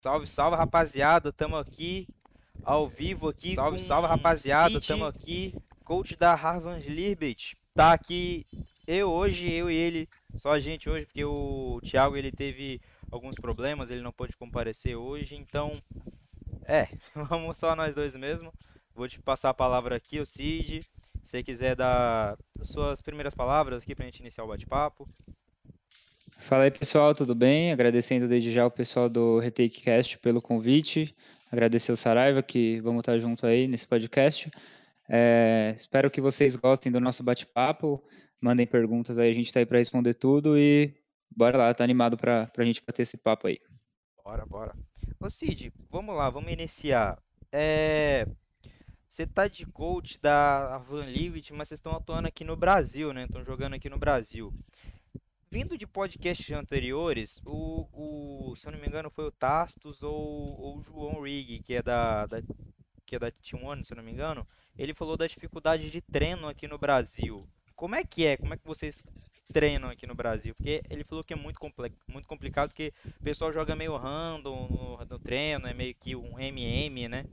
Salve, salve, rapaziada. Tamo aqui ao vivo aqui Salve, com salve rapaziada, tamo City, aqui. coach da Harvard Lirbet. Tá aqui eu e ele, só a gente hoje, porque o Thiago ele teve alguns problemas, ele não pôde comparecer hoje, então, é, vamos só nós dois mesmo. Vou te passar a palavra aqui, o Cid. Se você quiser dar suas primeiras palavras aqui pra gente iniciar o bate-papo. Fala aí, pessoal, tudo bem? Agradecendo desde já o pessoal do RetakeCast pelo convite. Agradecer o Saraiva, que vamos estar junto aí nesse podcast. Espero que vocês gostem do nosso bate-papo. Mandem perguntas aí, a gente está aí para responder tudo e bora lá, tá animado para a gente bater esse papo aí. Bora, bora. Ô Cid, vamos lá, vamos iniciar. É, Você tá de coach da Van Livet, mas vocês estão atuando aqui no Brasil, né? Estão jogando aqui no Brasil. Vindo de podcasts anteriores, se eu não me engano, foi o Tastos ou o João Rigg, que é da T1, se eu não me engano, ele falou da dificuldade de treino aqui no Brasil. Como é que é? Como é que vocês treinam aqui no Brasil? Porque ele falou que é muito complicado, porque o pessoal joga meio random no treino, é meio que um MM, né?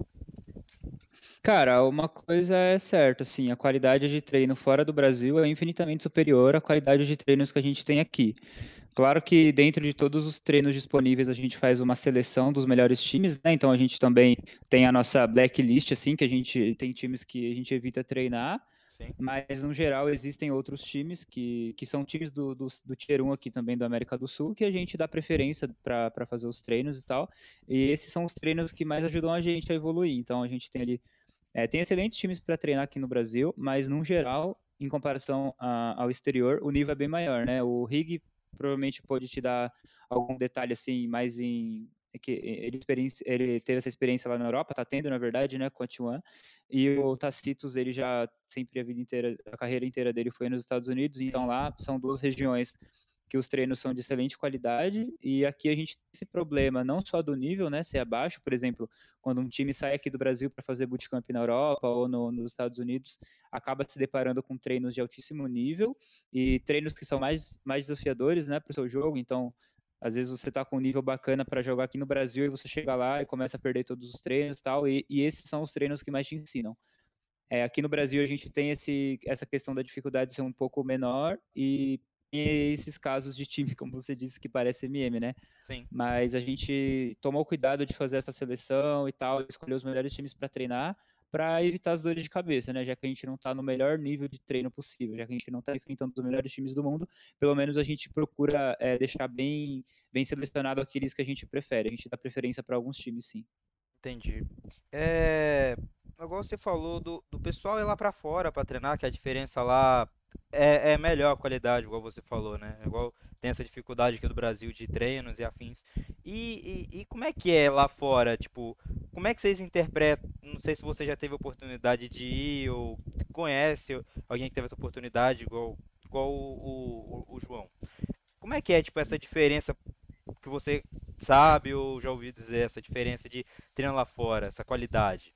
Cara, uma coisa é certa, assim, a qualidade de treino fora do Brasil é infinitamente superior à qualidade de treinos que a gente tem aqui. Sim, Claro que dentro de todos os treinos disponíveis a gente faz uma seleção dos melhores times, né? Então a gente também tem a nossa blacklist, assim, que a gente tem times que a gente evita treinar, sim. mas no geral existem outros times que são times do Tier 1 aqui também da América do Sul, que a gente dá preferência para fazer os treinos e tal. E esses são os treinos que mais ajudam a gente a evoluir. Então a gente tem ali tem excelentes times para treinar aqui no Brasil, mas no geral, em comparação ao exterior, o nível é bem maior, né? O Rig provavelmente pode te dar algum detalhe assim, mais em que ele teve essa experiência lá na Europa, tá tendo na verdade, né, com a T1, e o Tacitus ele já sempre a vida inteira, a carreira inteira dele foi nos Estados Unidos, então Sim. lá são duas regiões que os treinos são de excelente qualidade e aqui a gente tem esse problema não só do nível, né, ser abaixo, por exemplo, quando um time sai aqui do Brasil para fazer bootcamp na Europa ou nos Estados Unidos, acaba se deparando com treinos de altíssimo nível e treinos que são mais desafiadores, né, para o seu jogo. Então, às vezes você está com um nível bacana para jogar aqui no Brasil e você chega lá e começa a perder todos os treinos e esses são os treinos que mais te ensinam. Aqui no Brasil a gente tem essa questão da dificuldade de ser um pouco menor e esses casos de time, como você disse, que parece MM, né? Sim. Mas a gente tomou cuidado de fazer essa seleção e tal, escolher os melhores times para treinar, para evitar as dores de cabeça, né? Já que a gente não está no melhor nível de treino possível, já que a gente não está enfrentando os melhores times do mundo, pelo menos a gente procura deixar bem selecionado aqueles que a gente prefere. A gente dá preferência para alguns times, sim. Entendi. Igual você falou do pessoal ir lá pra fora pra treinar, que a diferença lá é melhor a qualidade, igual você falou, né? Igual tem essa dificuldade aqui do Brasil de treinos e afins. E como é que é lá fora? Tipo, como é que vocês interpretam? Não sei se você já teve oportunidade de ir ou conhece alguém que teve essa oportunidade, igual o João. Como é que é, tipo, essa diferença que você sabe ou já ouviu dizer essa diferença de treino lá fora, essa qualidade?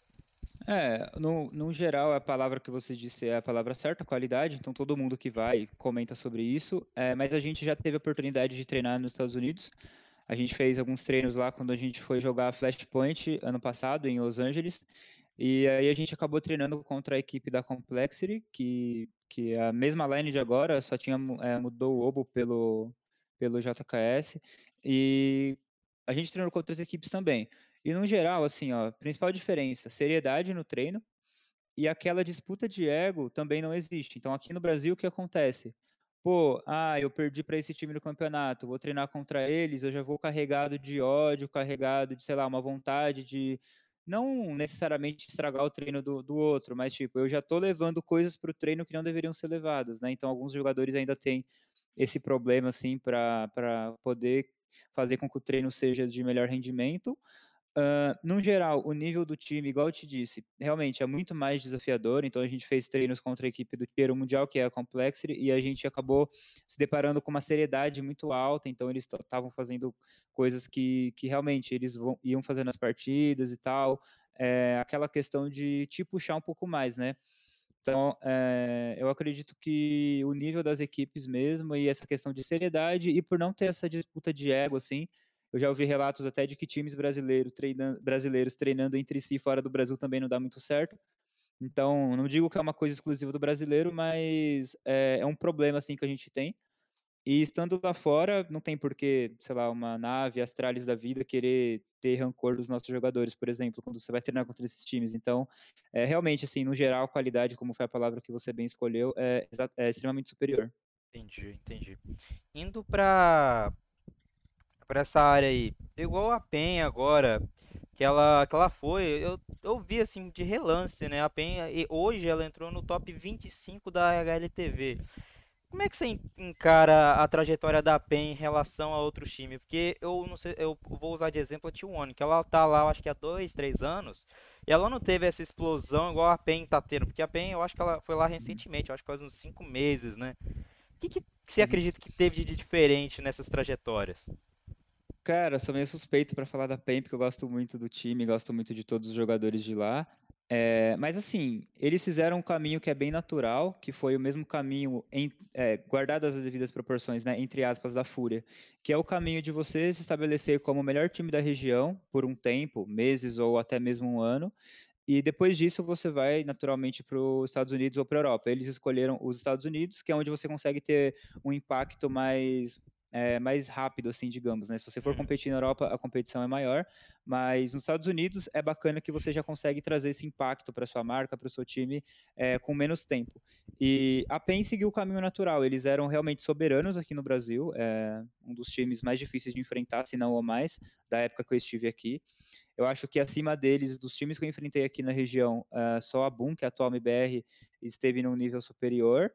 No geral, a palavra que você disse é a palavra certa, qualidade, então todo mundo que vai comenta sobre isso, mas a gente já teve a oportunidade de treinar nos Estados Unidos. A gente fez alguns treinos lá quando a gente foi jogar Flashpoint ano passado em Los Angeles. E aí a gente acabou treinando contra a equipe da Complexity, que é a mesma line de agora, só mudou o Obo pelo JKS. E a gente treinou com outras equipes também. E no geral, assim, ó, principal diferença, seriedade no treino e aquela disputa de ego também não existe. Então, aqui no Brasil, o que acontece? Pô, eu perdi para esse time no campeonato, vou treinar contra eles, eu já vou carregado de ódio, carregado de, sei lá, uma vontade de não necessariamente estragar o treino do outro, mas tipo, eu já tô levando coisas para o treino que não deveriam ser levadas, né? Então, alguns jogadores ainda têm esse problema, assim, para poder fazer com que o treino seja de melhor rendimento, no geral, o nível do time, igual eu te disse, realmente é muito mais desafiador. Então, a gente fez treinos contra a equipe do Tier 1 Mundial, que é a Complexity, e a gente acabou se deparando com uma seriedade muito alta. Então, eles estavam fazendo coisas que realmente iam fazer nas partidas e tal. Aquela questão de te puxar um pouco mais, né? Então, eu acredito que o nível das equipes mesmo e essa questão de seriedade e por não ter essa disputa de ego, assim, Eu já ouvi relatos até de que times brasileiros treinando entre si fora do Brasil também não dá muito certo. Então, não digo que é uma coisa exclusiva do brasileiro, mas é um problema assim que a gente tem. E estando lá fora, não tem por que, sei lá, uma nave Astralis da vida querer ter rancor dos nossos jogadores, por exemplo, quando você vai treinar contra esses times. Então, realmente, assim, no geral, a qualidade, como foi a palavra que você bem escolheu, é extremamente superior. Entendi, entendi. Indo pra essa área aí, igual a PEN agora, que ela foi, eu vi assim de relance, né? A PEN, e hoje ela entrou no top 25 da HLTV. Como é que você encara a trajetória da PEN em relação a outros times? Porque eu não sei, eu vou usar de exemplo a T1, que ela tá lá, eu acho que há 2, 3 anos, e ela não teve essa explosão igual a PEN tá tendo, porque a PEN eu acho que ela foi lá Uhum. recentemente, eu acho que faz uns 5 meses, né? O que você Uhum. acredita que teve de diferente nessas trajetórias? Cara, eu sou meio suspeito para falar da PEN, porque eu gosto muito do time, gosto muito de todos os jogadores de lá. Mas assim, eles fizeram um caminho que é bem natural, que foi o mesmo caminho, guardadas as devidas proporções, né, entre aspas, da Fúria, que é o caminho de você se estabelecer como o melhor time da região por um tempo, meses ou até mesmo um ano, e depois disso você vai naturalmente para os Estados Unidos ou para a Europa. Eles escolheram os Estados Unidos, que é onde você consegue ter um impacto mais rápido, assim, digamos, né? Se você for Uhum, competir na Europa, a competição é maior, mas nos Estados Unidos é bacana que você já consegue trazer esse impacto para sua marca, para o seu time, com menos tempo. E a PEN seguiu o caminho natural. Eles eram realmente soberanos aqui no Brasil, um dos times mais difíceis de enfrentar, se não o mais, da época que eu estive aqui. Eu acho que acima deles, dos times que eu enfrentei aqui na região, só a Boom, que é a atual MBR, esteve num nível superior.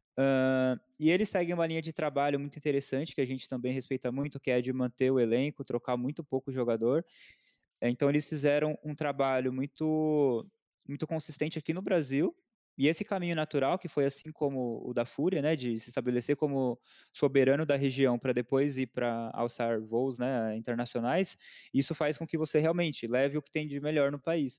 E eles seguem uma linha de trabalho muito interessante, que a gente também respeita muito, que é de manter o elenco, trocar muito pouco jogador. Então eles fizeram um trabalho muito consistente aqui no Brasil. E esse caminho natural, que foi assim como o da Fúria, né, de se estabelecer como soberano da região para depois ir para alçar voos, né, internacionais, isso faz com que você realmente leve o que tem de melhor no país.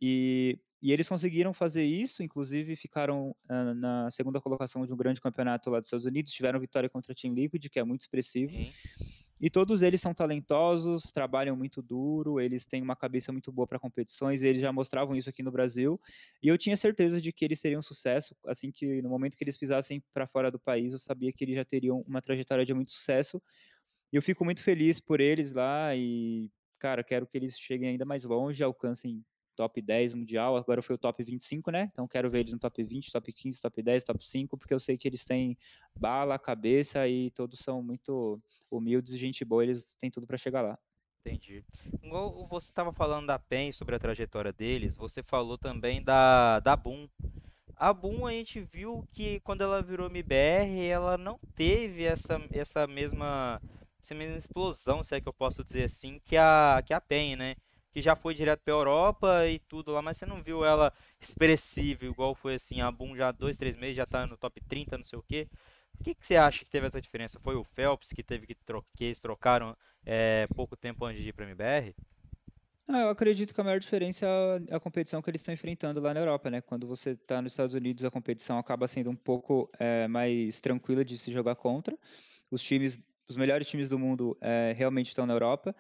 E eles conseguiram fazer isso, inclusive ficaram na segunda colocação de um grande campeonato lá dos Estados Unidos, tiveram vitória contra a Team Liquid, que é muito expressivo. sim, E todos eles são talentosos, trabalham muito duro, eles têm uma cabeça muito boa para competições, eles já mostravam isso aqui no Brasil. E eu tinha certeza de que eles seriam um sucesso, assim que no momento que eles pisassem para fora do país, eu sabia que eles já teriam uma trajetória de muito sucesso. E eu fico muito feliz por eles lá e, cara, quero que eles cheguem ainda mais longe, alcancem top 10 mundial. Agora foi o top 25, né? Então quero ver sim, eles no top 20, top 15, top 10, top 5, porque eu sei que eles têm bala, cabeça e todos são muito humildes e gente boa, eles têm tudo para chegar lá. entendi. Igual você estava falando da PEN sobre a trajetória deles, você falou também da Boom. A Boom a gente viu que quando ela virou MBR, ela não teve essa mesma explosão, se é que eu posso dizer assim, que a PEN, né? Que já foi direto pra Europa e tudo lá, mas você não viu ela expressiva, igual foi assim, a Boom já há 2, 3 meses já tá no top 30 não sei o quê. O que você acha que teve essa diferença? Foi o Phelps que teve que eles trocaram pouco tempo antes de ir pra MBR? Eu acredito que a maior diferença é a competição que eles estão enfrentando lá na Europa, né? Quando você está nos Estados Unidos, a competição acaba sendo um pouco mais tranquila de se jogar contra. Os times, os melhores times do mundo realmente estão na Europa.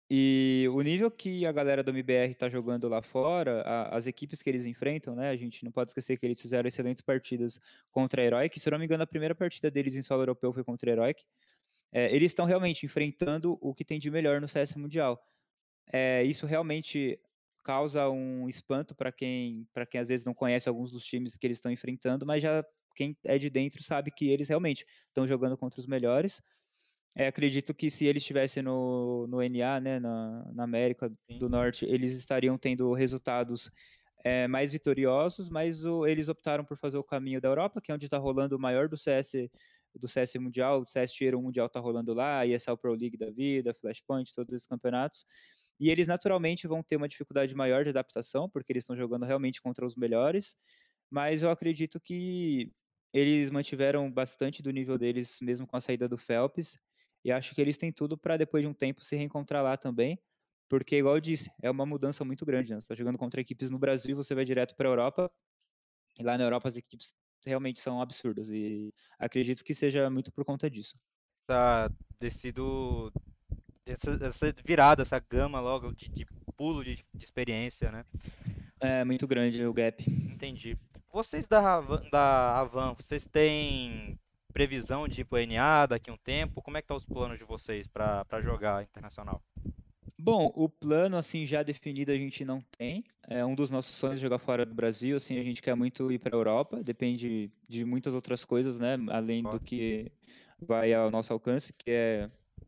E o nível que a galera do MBR está jogando lá fora, as equipes que eles enfrentam, né? A gente não pode esquecer que eles fizeram excelentes partidas contra a Heroic. Se eu não me engano, a primeira partida deles em solo europeu foi contra a Heroic. Eles estão realmente enfrentando o que tem de melhor no CS Mundial. Isso realmente causa um espanto para quem às vezes não conhece alguns dos times que eles estão enfrentando, mas já quem é de dentro sabe que eles realmente estão jogando contra os melhores. Acredito que se eles estivessem no NA, né, na América Sim, do Norte, eles estariam tendo resultados mais vitoriosos, mas eles optaram por fazer o caminho da Europa, que é onde está rolando o maior do CS Mundial, o CS Tier 1 Mundial está rolando lá, a ESL Pro League da vida, Flashpoint, todos esses campeonatos. E eles naturalmente vão ter uma dificuldade maior de adaptação, porque eles estão jogando realmente contra os melhores, mas eu acredito que eles mantiveram bastante do nível deles, mesmo com a saída do Phelps, e acho que eles têm tudo para depois de um tempo se reencontrar lá também, porque, igual eu disse, é uma mudança muito grande, né? Você está jogando contra equipes no Brasil, você vai direto para a Europa, e lá na Europa as equipes realmente são absurdas, e acredito que seja muito por conta disso. tá descido. essa virada, essa gama logo de pulo de experiência, né? É muito grande o gap. Entendi. Vocês da Havan, vocês têm previsão de ir pro NA daqui a um tempo? Como é que tá os planos de vocês para jogar internacional? Bom, o plano assim já definido a gente não tem. É um dos nossos sonhos é jogar fora do Brasil. Assim, a gente quer muito ir para a Europa. Depende de muitas outras coisas, né? Além do Concordo. que vai ao nosso alcance, que é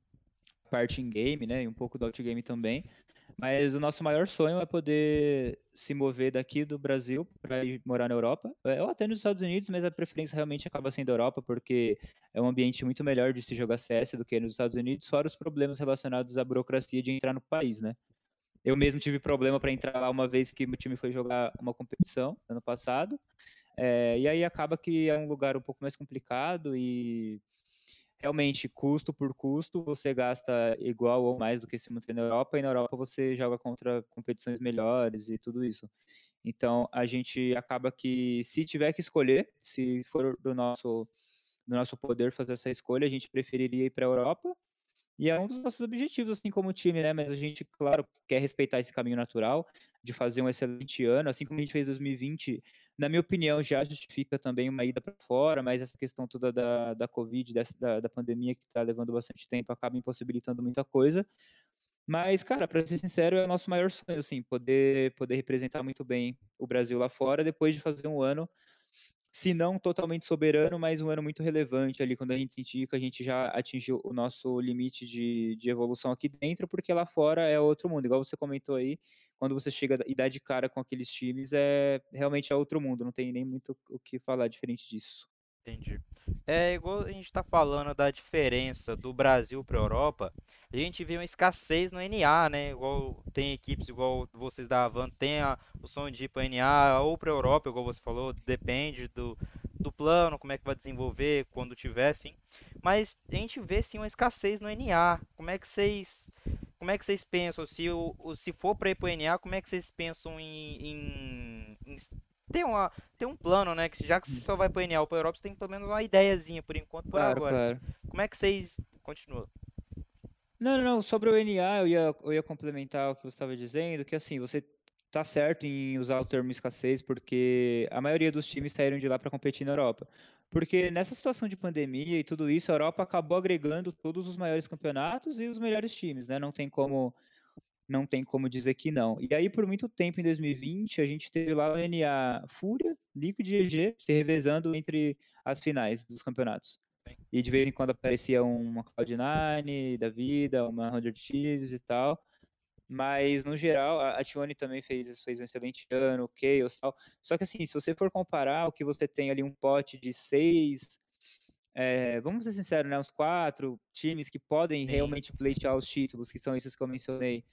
parte in game, né? E um pouco do outgame também. Mas o nosso maior sonho é poder se mover daqui do Brasil para ir morar na Europa, ou até nos Estados Unidos, mas a preferência realmente acaba sendo a Europa, porque é um ambiente muito melhor de se jogar CS do que nos Estados Unidos, fora os problemas relacionados à burocracia de entrar no país, né? Eu mesmo tive problema para entrar lá uma vez que meu time foi jogar uma competição ano passado, e aí acaba que é um lugar um pouco mais complicado e realmente, custo por custo, você gasta igual ou mais do que se manter na Europa, e na Europa você joga contra competições melhores e tudo isso. Então, a gente acaba que, se tiver que escolher, se for do nosso poder fazer essa escolha, a gente preferiria ir para a Europa, e é um dos nossos objetivos, assim como time, né? Mas a gente, claro, quer respeitar esse caminho natural de fazer um excelente ano, assim como a gente fez 2020. Na minha opinião, já justifica também uma ida para fora, mas essa questão toda da Covid, da pandemia que está levando bastante tempo, acaba impossibilitando muita coisa. Mas, cara, para ser sincero, é o nosso maior sonho, assim, poder representar muito bem o Brasil lá fora, depois de fazer um ano se não totalmente soberano, mas um ano muito relevante ali, quando a gente sentir que a gente já atingiu o nosso limite de evolução aqui dentro, porque lá fora é outro mundo. Igual você comentou aí, quando você chega e dá de cara com aqueles times, realmente é outro mundo, não tem nem muito o que falar diferente disso. Entendi. É igual a gente está falando da diferença do Brasil para a Europa, a gente vê uma escassez no NA, né? Igual tem equipes igual vocês da Avan, tem o sonho de ir para NA ou para a Europa, igual você falou, depende do plano, como é que vai desenvolver quando tiver, sim. Mas a gente vê sim uma escassez no NA. Como é que vocês pensam? Se for para ir para o NA, como é que vocês pensam em ter ter um plano, né? Que já que você só vai planear ou pra Europa, você tem pelo menos uma ideiazinha por enquanto, por Claro, agora. claro. Como é que vocês. Continua. Não, não, não, sobre o NA, eu ia complementar o que você estava dizendo, que assim, você tá certo em usar o termo escassez, porque a maioria dos times saíram de lá para competir na Europa. Porque nessa situação de pandemia e tudo isso, a Europa acabou agregando todos os maiores campeonatos e os melhores times, né? Não tem como dizer que não. E aí, por muito tempo, em 2020, a gente teve lá o NA Fúria, Liquid e EG se revezando entre as finais dos campeonatos. E de vez em quando aparecia uma Cloud9 da vida, uma 100 Thieves e tal. Mas, no geral, a T1 também fez um excelente ano, o Chaos e tal. Só que, assim, se você for comparar o que você tem ali, um pote de seis, vamos ser sinceros, né? Uns quatro times que podem Sim, realmente sim, pleitear os títulos, que são esses que eu mencionei.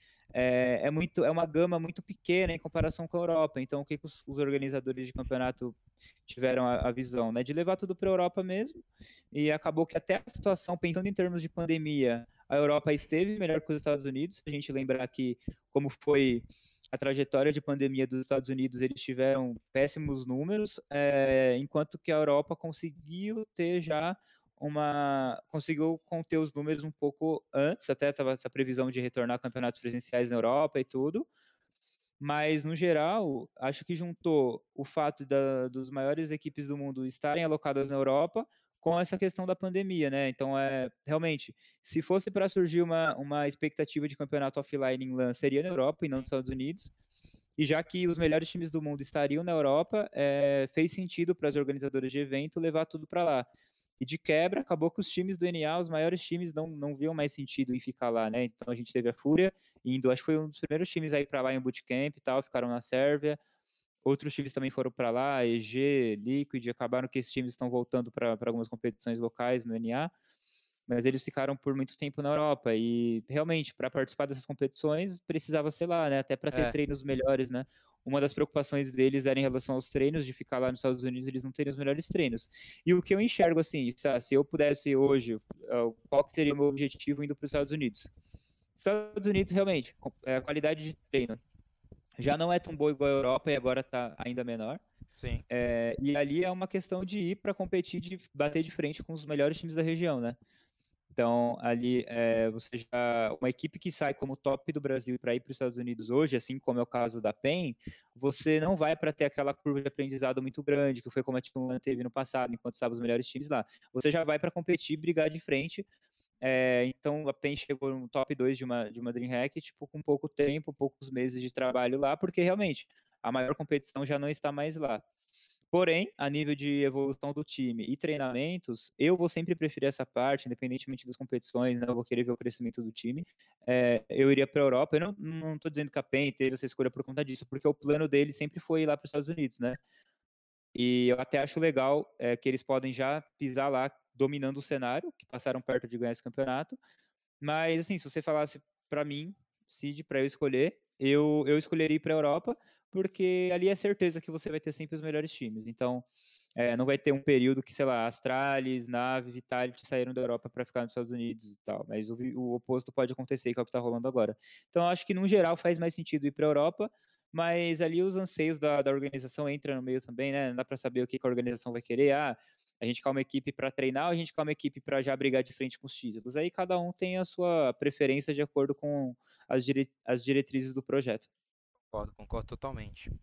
É uma gama muito pequena em comparação com a Europa. Então, o que os organizadores de campeonato tiveram a visão, né? De levar tudo para a Europa mesmo. E acabou que até a situação, pensando em termos de pandemia, a Europa esteve melhor que os Estados Unidos. Se a gente lembrar que como foi a trajetória de pandemia dos Estados Unidos, eles tiveram péssimos números, enquanto que a Europa conseguiu ter já conseguiu conter os números um pouco antes, até essa previsão de retornar a campeonatos presenciais na Europa e tudo, mas no geral, acho que juntou o fato dos maiores equipes do mundo estarem alocadas na Europa com essa questão da pandemia, né? Então, realmente, se fosse para surgir uma expectativa de campeonato offline em LAN, seria na Europa e não nos sim. Estados Unidos. E já que os melhores times do mundo estariam na Europa, fez sentido para as organizadoras de evento levar tudo para lá. E de quebra, acabou que os times do NA, os maiores times, não viam mais sentido em ficar lá, né? Então a gente teve a Fúria indo, acho que foi um dos primeiros times a ir para lá em bootcamp e tal, ficaram na Sérvia. Outros times também foram para lá, EG, Liquid, acabaram que esses times estão voltando para algumas competições locais no NA, mas eles ficaram por muito tempo na Europa e realmente para participar dessas competições precisava ser lá, né? Até para ter É, treinos melhores, né? Uma das preocupações deles era em relação aos treinos, de ficar lá nos Estados Unidos eles não terem os melhores treinos. E o que eu enxergo assim, se eu pudesse hoje, qual que seria o meu objetivo indo para os Estados Unidos? Estados Unidos realmente, a qualidade de treino já não é tão boa igual a Europa e agora está ainda menor. sim. E ali é uma questão de ir para competir, de bater de frente com os melhores times da região, né? Então, ali, você já. Uma equipe que sai como top do Brasil para ir para os Estados Unidos hoje, assim como é o caso da PEN, você não vai para ter aquela curva de aprendizado muito grande, que foi como a T1 teve no passado, enquanto estavam os melhores times lá. Você já vai para competir, brigar de frente. Então, a PEN chegou no top 2 de uma DreamHack, tipo, com pouco tempo, poucos meses de trabalho lá, porque realmente a maior competição já não está mais lá. Porém, a nível de evolução do time e treinamentos, eu vou sempre preferir essa parte, independentemente das competições, né? Eu vou querer ver o crescimento do time. Eu iria para a Europa. Eu não estou dizendo que a PEN teve essa escolha por conta disso, porque o plano dele sempre foi ir lá para os Estados Unidos, né? E eu até acho legal que eles podem já pisar lá dominando o cenário, que passaram perto de ganhar esse campeonato. Mas, assim, se você falasse para mim, Cid, para eu escolher, eu escolheria ir para a Europa, porque ali é certeza que você vai ter sempre os melhores times. Então, não vai ter um período que, sei lá, Astralis, Nave, Vitality saíram da Europa para ficar nos Estados Unidos e tal. Mas o oposto pode acontecer, que é o que está rolando agora. Então, acho que, no geral, faz mais sentido ir para a Europa, mas ali os anseios da organização entram no meio também, né? Não dá para saber o que a organização vai querer. A gente quer uma equipe para treinar ou a gente quer uma equipe para já brigar de frente com os títulos? Aí cada um tem a sua preferência de acordo com as diretrizes do projeto. Concordo, concordo totalmente.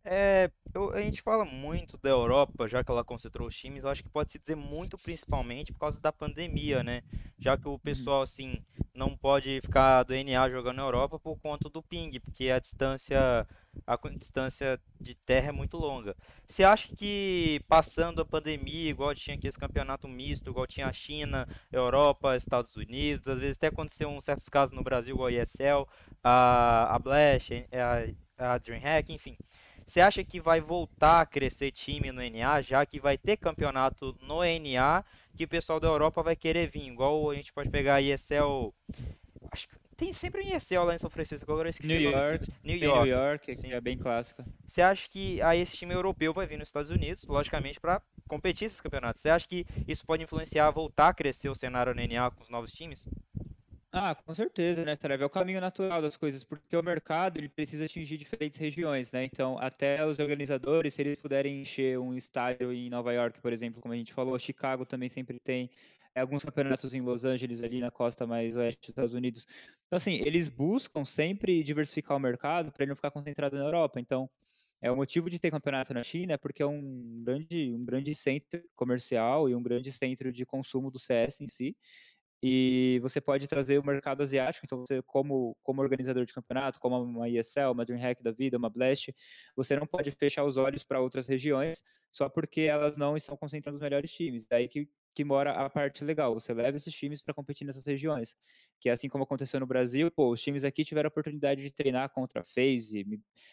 A gente fala muito da Europa, já que ela concentrou os times, eu acho que pode se dizer muito principalmente por causa da pandemia, né? Já que o Uhum. pessoal, assim, não pode ficar do NA jogando na Europa por conta do ping, porque a distância de terra é muito longa. Você acha que passando a pandemia, igual tinha aqui esse campeonato misto, igual tinha a China, Europa, Estados Unidos, às vezes até aconteceu um certos casos no Brasil, igual a ESL, a Blast, a DreamHack, enfim. Você acha que vai voltar a crescer time no NA, já que vai ter campeonato no NA, que o pessoal da Europa vai querer vir? Igual a gente pode pegar a ESL. Acho que tem sempre um ESL lá em São Francisco, agora eu esqueci New o nome desse. York, New tem New York. York, que Sim. é bem clássica. Você acha que aí esse time europeu vai vir nos Estados Unidos, logicamente, para competir esses campeonatos? Você acha que isso pode influenciar, voltar a crescer o cenário no NA com os novos times? Com certeza, né, Saraiva? É o caminho natural das coisas, porque o mercado ele precisa atingir diferentes regiões, né? Então, até os organizadores, se eles puderem encher um estádio em Nova York, por exemplo, como a gente falou, Chicago também sempre tem alguns campeonatos em Los Angeles, ali na costa mais oeste dos Estados Unidos. Então, assim, eles buscam sempre diversificar o mercado para ele não ficar concentrado na Europa. Então, o motivo de ter campeonato na China é porque é um grande centro comercial e um grande centro de consumo do CS em si. E você pode trazer o mercado asiático, então você, como organizador de campeonato, como uma ESL, uma DreamHack da vida, uma Blast, você não pode fechar os olhos para outras regiões só porque elas não estão concentrando os melhores times. Daí que mora a parte legal, você leva esses times para competir nessas regiões. Que é assim como aconteceu no Brasil, pô, os times aqui tiveram a oportunidade de treinar contra a FaZe,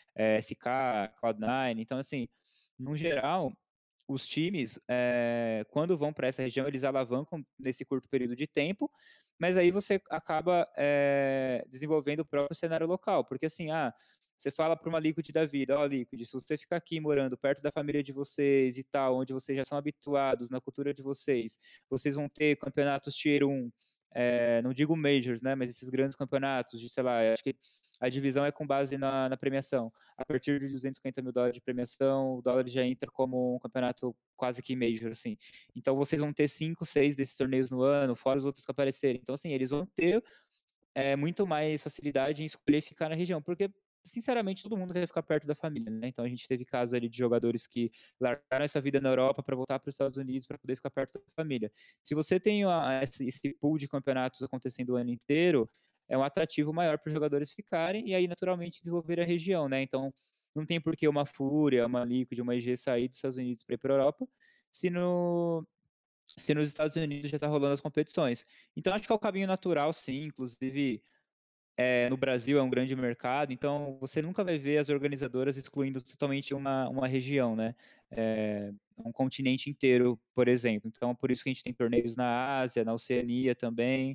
SK, Cloud9, então assim, no geral, os times, quando vão para essa região, eles alavancam nesse curto período de tempo, mas aí você acaba desenvolvendo o próprio cenário local, porque assim, você fala para uma Liquid da vida, ó, Liquid, se você ficar aqui morando perto da família de vocês e tal, onde vocês já são habituados na cultura de vocês vão ter campeonatos Tier 1, não digo majors, né, mas esses grandes campeonatos de, sei lá, acho que a divisão é com base na premiação. A partir de US$ 250 mil de premiação, o dólar já entra como um campeonato quase que major, assim. Então vocês vão ter 5, 6 desses torneios no ano, fora os outros que aparecerem. Então, assim, eles vão ter muito mais facilidade em escolher ficar na região, porque, sinceramente, todo mundo quer ficar perto da família, né? Então a gente teve casos ali de jogadores que largaram essa vida na Europa para voltar para os Estados Unidos para poder ficar perto da família. Se você tem esse pool de campeonatos acontecendo o ano inteiro, é um atrativo maior para os jogadores ficarem e aí, naturalmente, desenvolver a região, né? Então, não tem por que uma Fúria, uma Liquid, uma IG sair dos Estados Unidos para ir para a Europa, se no, se nos Estados Unidos já está rolando as competições. Então, acho que é o caminho natural, sim. Inclusive, no Brasil é um grande mercado, então você nunca vai ver as organizadoras excluindo totalmente uma região, né? Um continente inteiro, por exemplo. Então, por isso que a gente tem torneios na Ásia, na Oceania também.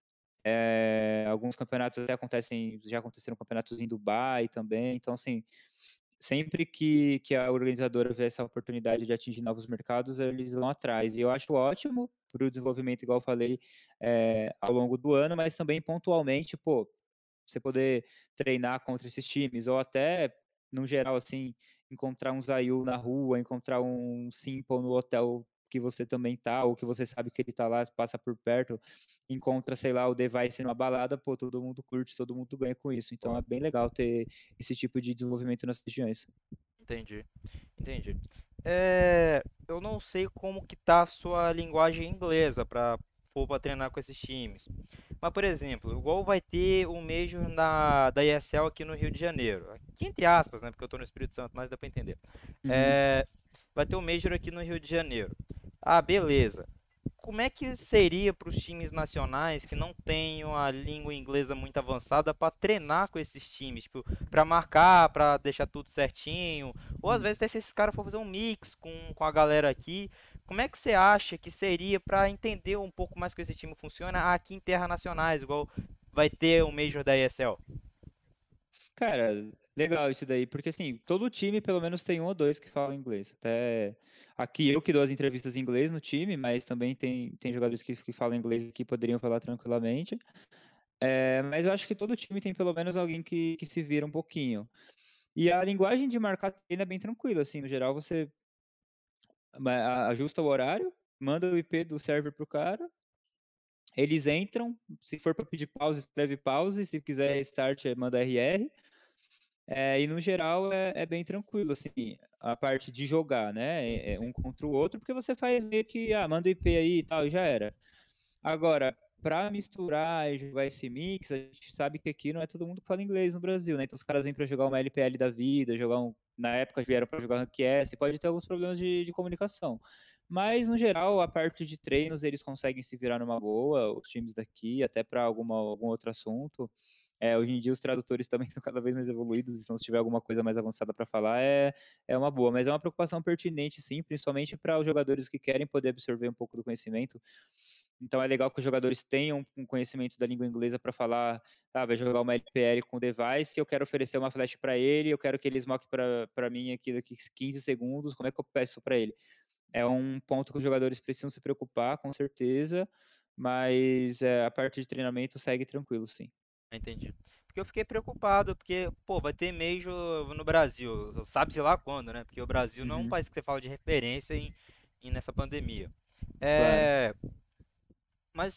Alguns campeonatos até já aconteceram campeonatos em Dubai também. Então, assim, sempre que a organizadora vê essa oportunidade de atingir novos mercados, eles vão atrás. E eu acho ótimo para o desenvolvimento, igual eu falei, ao longo do ano, mas também pontualmente, pô, você poder treinar contra esses times, ou até, no geral, assim, encontrar um Zayu na rua, encontrar um Simple no hotel que você também tá, ou que você sabe que ele tá lá, passa por perto, encontra, sei lá, o Device numa balada, pô, todo mundo curte, todo mundo ganha com isso. Então é Pô, bem legal ter esse tipo de desenvolvimento nas regiões. entendi. Entendi. Eu não sei como que tá a sua linguagem inglesa para for para treinar com esses times. Mas, por exemplo, igual vai ter um Major da ESL aqui no Rio de Janeiro. Aqui entre aspas, né? Porque eu tô no Espírito Santo, mas dá para entender. Uhum. É, vai ter um Major aqui no Rio de Janeiro. Ah, beleza. Como é que seria para os times nacionais que não tenham a língua inglesa muito avançada para treinar com esses times, tipo, para marcar, para deixar tudo certinho, ou às vezes até se esses caras for fazer um mix com a galera aqui, como é que você acha que seria para entender um pouco mais como esse time funciona aqui em terras nacionais, igual vai ter o Major da ESL? Cara, legal isso daí, porque assim, todo time pelo menos tem um ou dois que falam inglês. Até aqui eu que dou as entrevistas em inglês no time, mas também tem jogadores que falam inglês que poderiam falar tranquilamente. Mas eu acho que todo time tem pelo menos alguém que se vira um pouquinho. E a linguagem de marcar treino é bem tranquila, assim, no geral você ajusta o horário, manda o IP do server pro cara, eles entram, se for para pedir pause, escreve pause, se quiser restart, manda RR. E no geral é bem tranquilo, assim, a parte de jogar, né? É Sim, um contra o outro, porque você faz meio que, manda o IP aí e tal, e já era. Agora, para misturar e jogar esse mix, a gente sabe que aqui não é todo mundo que fala inglês no Brasil, né? Então os caras vêm para jogar uma LPL da vida, na época vieram para jogar Rank S, pode ter alguns problemas de comunicação. Mas, no geral, a parte de treinos, eles conseguem se virar numa boa, os times daqui, até para algum outro assunto. Hoje em dia os tradutores também estão cada vez mais evoluídos, então se tiver alguma coisa mais avançada para falar é uma boa, mas é uma preocupação pertinente sim, principalmente para os jogadores que querem poder absorver um pouco do conhecimento. Então é legal que os jogadores tenham um conhecimento da língua inglesa para falar, vai jogar uma LPL com o device, eu quero oferecer uma flash para ele, eu quero que ele smoke para mim aqui daqui 15 segundos, como é que eu peço para ele? É um ponto que os jogadores precisam se preocupar, com certeza, mas a parte de treinamento segue tranquilo, sim. entendi. Porque eu fiquei preocupado, porque, pô, vai ter Major no Brasil, sabe-se lá quando, né? Porque o Brasil não é um Uhum, país que você fala de referência nessa pandemia. claro. É, mas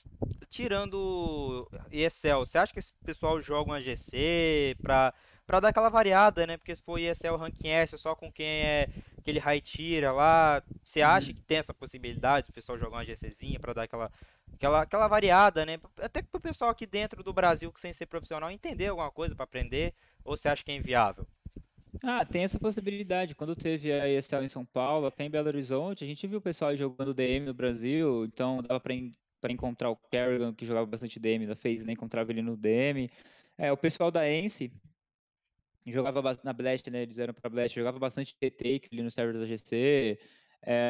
tirando ESL, você acha que esse pessoal joga uma GC pra dar aquela variada, né? Porque se for ESL Ranking S só com quem é aquele high tier lá, você acha Uhum. que tem essa possibilidade do pessoal jogar uma GCzinha pra dar aquela variada, né? Até pro pessoal aqui dentro do Brasil, que sem ser profissional, entender alguma coisa pra aprender, ou você acha que é inviável? Tem essa possibilidade. Quando teve a ESL em São Paulo, até em Belo Horizonte, a gente viu o pessoal jogando DM no Brasil, então dava para encontrar o Kerrigan, que jogava bastante DM da FaZe, né? Encontrava ele no DM. O pessoal da Ence jogava na Blast, né? Eles eram pra Blast, jogava bastante T-Take ali no server da GC. É,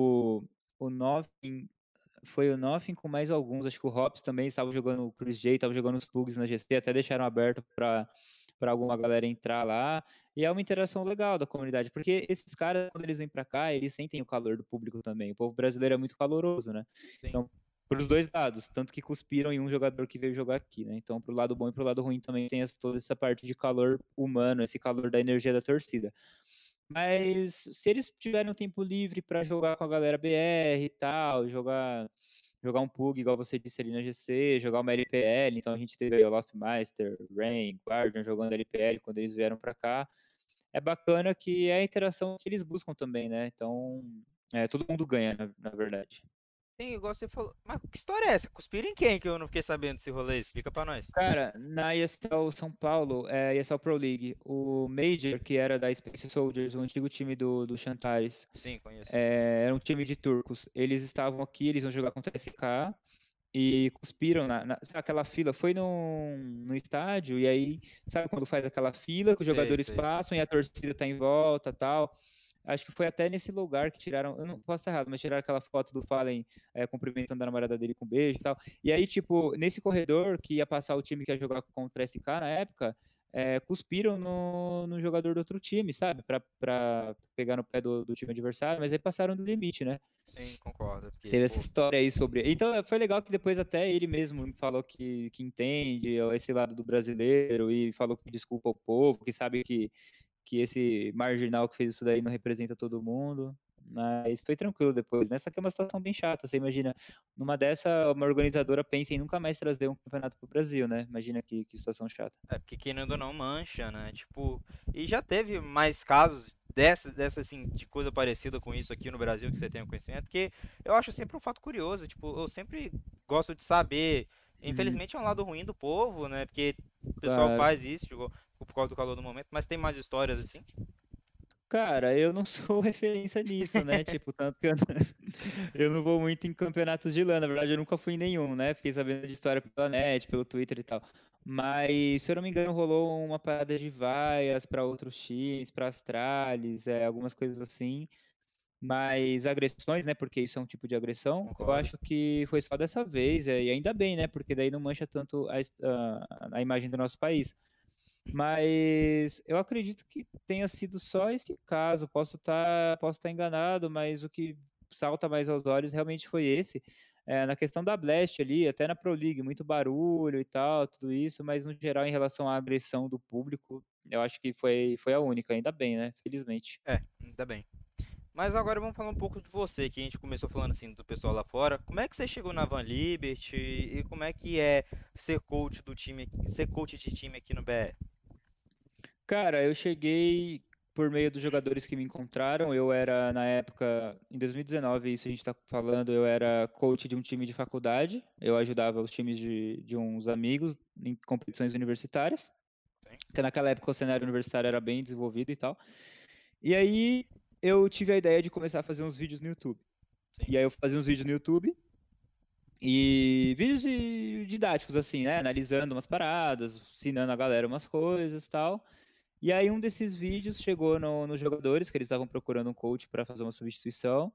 o Nothing, foi o Nothing com mais alguns, acho que o Hops também estava jogando, o Chris J estava jogando os plugs na GC, até deixaram aberto para alguma galera entrar lá. E é uma interação legal da comunidade, porque esses caras, quando eles vêm para cá, eles sentem o calor do público também. O povo brasileiro é muito caloroso, né? Sim, Então, para os dois lados, tanto que cuspiram em um jogador que veio jogar aqui, né? Então, pro lado bom e pro lado ruim também tem toda essa parte de calor humano, esse calor da energia da torcida. Mas se eles tiverem um tempo livre para jogar com a galera BR e tal, jogar um PUG, igual você disse ali na GC, jogar uma LPL, então a gente teve aí o Loftmeister, Rain, Guardian jogando LPL quando eles vieram para cá. É bacana que é a interação que eles buscam também, né? Então, todo mundo ganha, na verdade. sim, igual você falou. Mas que história é essa? Cuspiram em quem que eu não fiquei sabendo desse rolê? Explica pra nós. Cara, na ESL São Paulo, ESL Pro League, o Major, que era da Space Soldiers, o antigo time do Shantares, Sim, conheço. era um time de turcos. Eles estavam aqui, eles iam jogar contra a SK, e cuspiram sabe aquela fila, foi no estádio, e aí, sabe quando faz aquela fila, que os Sei, jogadores sei, sei. passam e a torcida tá em volta tal. Acho que foi até nesse lugar que tiraram, eu não posso estar errado, mas tiraram aquela foto do Fallen cumprimentando a namorada dele com um beijo e tal. E aí, tipo, nesse corredor que ia passar o time que ia jogar contra esse SK na época, cuspiram no jogador do outro time, sabe? Pra pegar no pé do time adversário, mas aí passaram do limite, né? Sim, concordo. Porque, Teve essa pô, história aí sobre. Então, foi legal que depois até ele mesmo falou que entende esse lado do brasileiro e falou que desculpa o povo, que sabe que esse marginal que fez isso daí não representa todo mundo. mas foi tranquilo depois, né? Só que é uma situação bem chata. Você imagina, numa dessa, uma organizadora pensa em nunca mais trazer um campeonato pro Brasil, né? Imagina que situação chata. É, porque querendo ou não mancha, né? Tipo, e já teve mais casos dessa assim, de coisa parecida com isso aqui no Brasil que você tenha conhecimento, porque eu acho sempre um fato curioso, tipo, eu sempre gosto de saber. Uhum, Infelizmente é um lado ruim do povo, né? Porque o pessoal claro. faz isso, tipo, por causa do calor do momento, mas tem mais histórias assim. Cara, eu não sou referência nisso, né? Tipo, tanto que eu não, eu não vou muito em campeonatos de LAN. Na verdade, eu nunca fui em nenhum, né? Fiquei sabendo de história pela net, pelo Twitter e tal. Mas, se eu não me engano, rolou uma parada de vaias para outros times, para Astralis, algumas coisas assim. Mas agressões, né? Porque isso é um tipo de agressão. Eu Concordo. acho que foi só dessa vez, e ainda bem, né? Porque daí não mancha tanto a imagem do nosso país. Mas eu acredito que tenha sido só esse caso. Posso estar enganado, mas o que salta mais aos olhos realmente foi esse. Na questão da Blast ali, até na Pro League, muito barulho e tal, tudo isso, mas no geral, em relação à agressão do público, eu acho que foi a única, ainda bem, né? Felizmente. É, ainda bem. Mas agora vamos falar um pouco de você, que a gente começou falando assim do pessoal lá fora. Como é que você chegou na Van Liberty e como é que é ser coach do time, ser coach de time aqui no BR? Cara, eu cheguei por meio dos jogadores que me encontraram. Eu era, na época, em 2019, isso a gente está falando, eu era coach de um time de faculdade. Eu ajudava os times de uns amigos em competições universitárias, Sim, porque naquela época o cenário universitário era bem desenvolvido e tal. E aí eu tive a ideia de começar a fazer uns vídeos no YouTube. sim. E aí eu fazia uns vídeos no YouTube e vídeos didáticos, assim, né? Analisando umas paradas, ensinando a galera umas coisas e tal. E aí um desses vídeos chegou nos jogadores, que eles estavam procurando um coach para fazer uma substituição.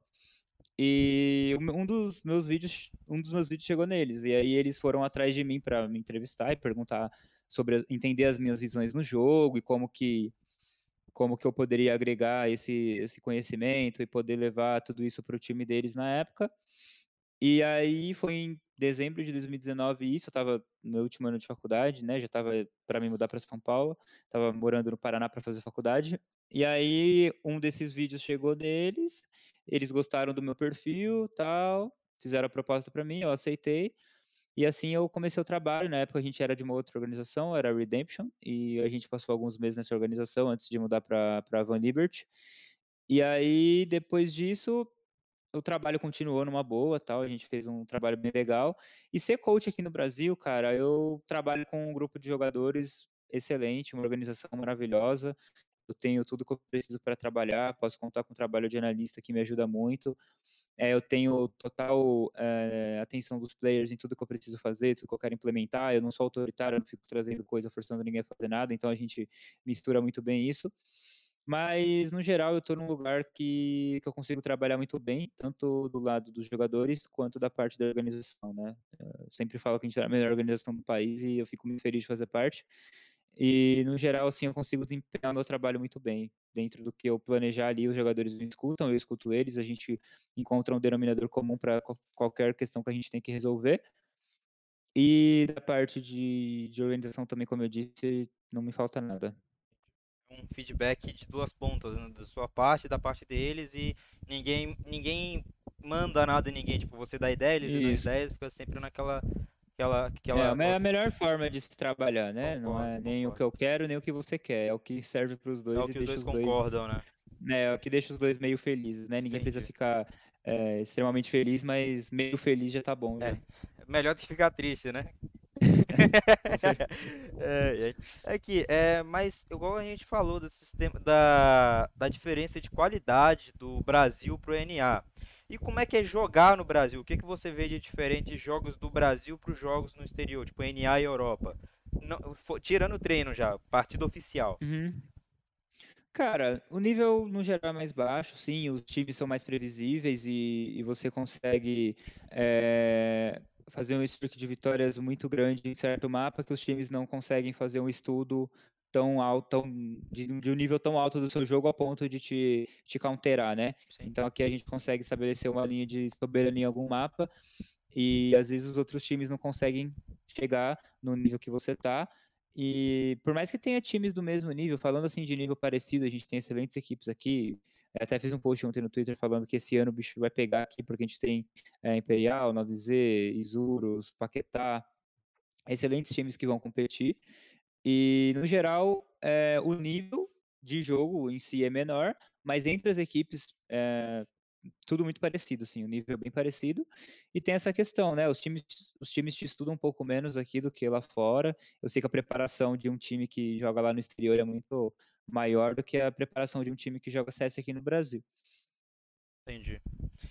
E um dos meus vídeos chegou neles. E aí eles foram atrás de mim para me entrevistar e perguntar sobre, entender as minhas visões no jogo e como que eu poderia agregar esse conhecimento e poder levar tudo isso para o time deles na época. E aí foi em dezembro de 2019 isso, eu estava no meu último ano de faculdade, né? Já estava para me mudar para São Paulo, estava morando no Paraná para fazer faculdade. E aí um desses vídeos chegou deles, eles gostaram do meu perfil, tal, fizeram a proposta para mim, eu aceitei. E assim eu comecei o trabalho. Na época a gente era de uma outra organização, era a Redemption, e a gente passou alguns meses nessa organização antes de mudar para Van Liberty. E aí depois disso o trabalho continuou numa boa, tal, a gente fez um trabalho bem legal. E ser coach aqui no Brasil, cara, eu trabalho com um grupo de jogadores excelente, uma organização maravilhosa. Eu tenho tudo que eu preciso para trabalhar, posso contar com o trabalho de analista que me ajuda muito. Eu tenho total atenção dos players em tudo que eu preciso fazer, tudo que eu quero implementar. Eu não sou autoritário, eu não fico trazendo coisa, forçando ninguém a fazer nada, então a gente mistura muito bem isso. Mas, no geral, eu estou num lugar que eu consigo trabalhar muito bem, tanto do lado dos jogadores quanto da parte da organização, né? Eu sempre falo que a gente é a melhor organização do país e eu fico muito feliz de fazer parte. E, no geral, assim, eu consigo desempenhar meu trabalho muito bem. Dentro do que eu planejar ali, os jogadores me escutam, eu escuto eles, a gente encontra um denominador comum para qualquer questão que a gente tem que resolver. E da parte de organização também, como eu disse, não me falta nada. Um feedback de duas pontas, né, da sua parte e da parte deles e ninguém manda nada em ninguém, tipo, você dá ideia, eles dão Isso. ideia, fica sempre naquela É aquela a melhor forma de se trabalhar, né? Não concordo, é nem o que concordo. eu quero, nem o que você quer. É o que serve para os É o dois e que os deixa dois os dois, concordam, né? né? É o que deixa os dois meio felizes, né? Ninguém precisa Entendi. ficar extremamente feliz, mas meio feliz já tá bom É, já. melhor do que ficar triste, né? Com certeza. Mas igual a gente falou do sistema da diferença de qualidade do Brasil pro NA. E como é que é jogar no Brasil? O que que você vê de diferente de jogos do Brasil para os jogos no exterior, tipo NA e Europa? Tirando o treino já, partida oficial. Uhum. Cara, o nível no geral é mais baixo, sim, os times são mais previsíveis e você consegue fazer um streak de vitórias muito grande em certo mapa que os times não conseguem fazer um estudo tão alto, de um nível tão alto do seu jogo a ponto de te counterar, né? Sim. Então aqui a gente consegue estabelecer uma linha de soberania em algum mapa e às vezes os outros times não conseguem chegar no nível que você tá. E por mais que tenha times do mesmo nível, falando assim de nível parecido, a gente tem excelentes equipes aqui. Eu até fiz um post ontem no Twitter falando que esse ano o bicho vai pegar aqui, porque a gente tem Imperial, 9Z, Isurus, Paquetá, excelentes times que vão competir. E, no geral, o nível de jogo em si é menor, mas entre as equipes tudo muito parecido, assim, o nível é bem parecido. E tem essa questão, né? Os times te estudam um pouco menos aqui do que lá fora. Eu sei que a preparação de um time que joga lá no exterior é muito maior do que a preparação de um time que joga CS aqui no Brasil. Entendi.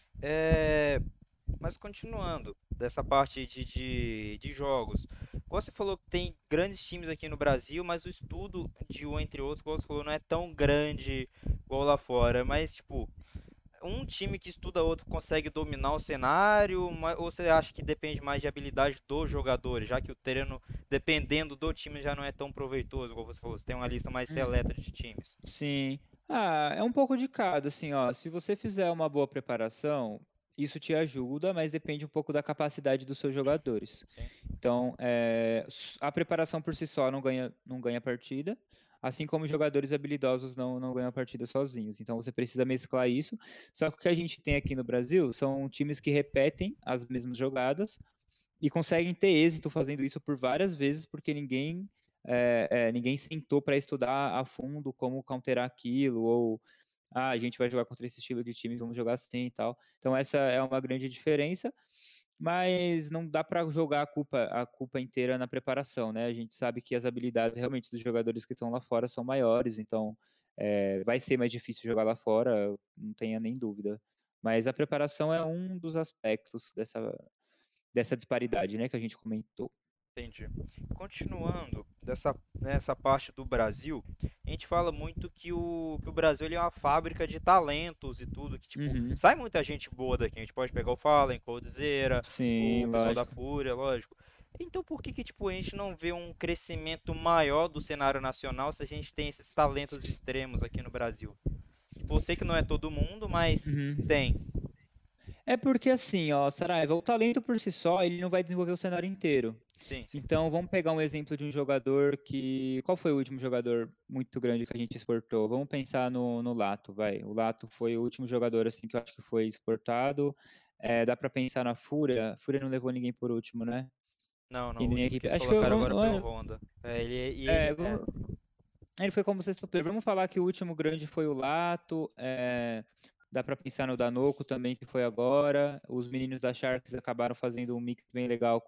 É, mas continuando, dessa parte de jogos. Você falou que tem grandes times aqui no Brasil, mas o estudo de um entre outros, como você falou, não é tão grande igual lá fora. Mas, tipo, um time que estuda outro consegue dominar o cenário? Ou você acha que depende mais de habilidade dos jogadores, já que o treino, dependendo do time, já não é tão proveitoso, como você falou, você tem uma lista mais Hum, seleta de times? sim. Ah, é um pouco de cada, assim, ó. Se você fizer uma boa preparação, isso te ajuda, mas depende um pouco da capacidade dos seus jogadores. Sim, Então, a preparação por si só não ganha partida, assim como os jogadores habilidosos não ganham partida sozinhos. Então, você precisa mesclar isso. Só que o que a gente tem aqui no Brasil são times que repetem as mesmas jogadas e conseguem ter êxito fazendo isso por várias vezes, porque ninguém sentou para estudar a fundo como counterar aquilo, ou a gente vai jogar contra esse estilo de time, vamos jogar assim e tal. Então, essa é uma grande diferença, mas não dá para jogar a culpa inteira na preparação, né? A gente sabe que as habilidades realmente dos jogadores que estão lá fora são maiores, então vai ser mais difícil jogar lá fora, não tenha nem dúvida. Mas a preparação é um dos aspectos dessa disparidade, né, que a gente comentou. entendi. Continuando nessa parte do Brasil, a gente fala muito que o Brasil ele é uma fábrica de talentos e tudo, que tipo, Uhum. sai muita gente boa daqui. A gente pode pegar o Fallen, Coldzera, Sim, o pessoal da lógico. Fúria, lógico. Então por que tipo, a gente não vê um crescimento maior do cenário nacional se a gente tem esses talentos extremos aqui no Brasil? Tipo, eu sei que não é todo mundo, mas Uhum. tem. É porque assim, ó, Saraiva, o talento por si só, ele não vai desenvolver o cenário inteiro. Sim, sim. Então, vamos pegar um exemplo de um jogador Qual foi o último jogador muito grande que a gente exportou? Vamos pensar no Lato, vai. O Lato foi o último jogador, assim, que eu acho que foi exportado. Dá pra pensar na Fúria. A Fúria não levou ninguém por último, né? Não, não, E o nem a último que equipe. eles Acho que foi. colocaram agora foi o Honda. É, ele foi como sexto player. Vamos falar que o último grande foi o Lato. Dá pra pensar no Danoco também, que foi agora. Os meninos da Sharks acabaram fazendo um mix bem legal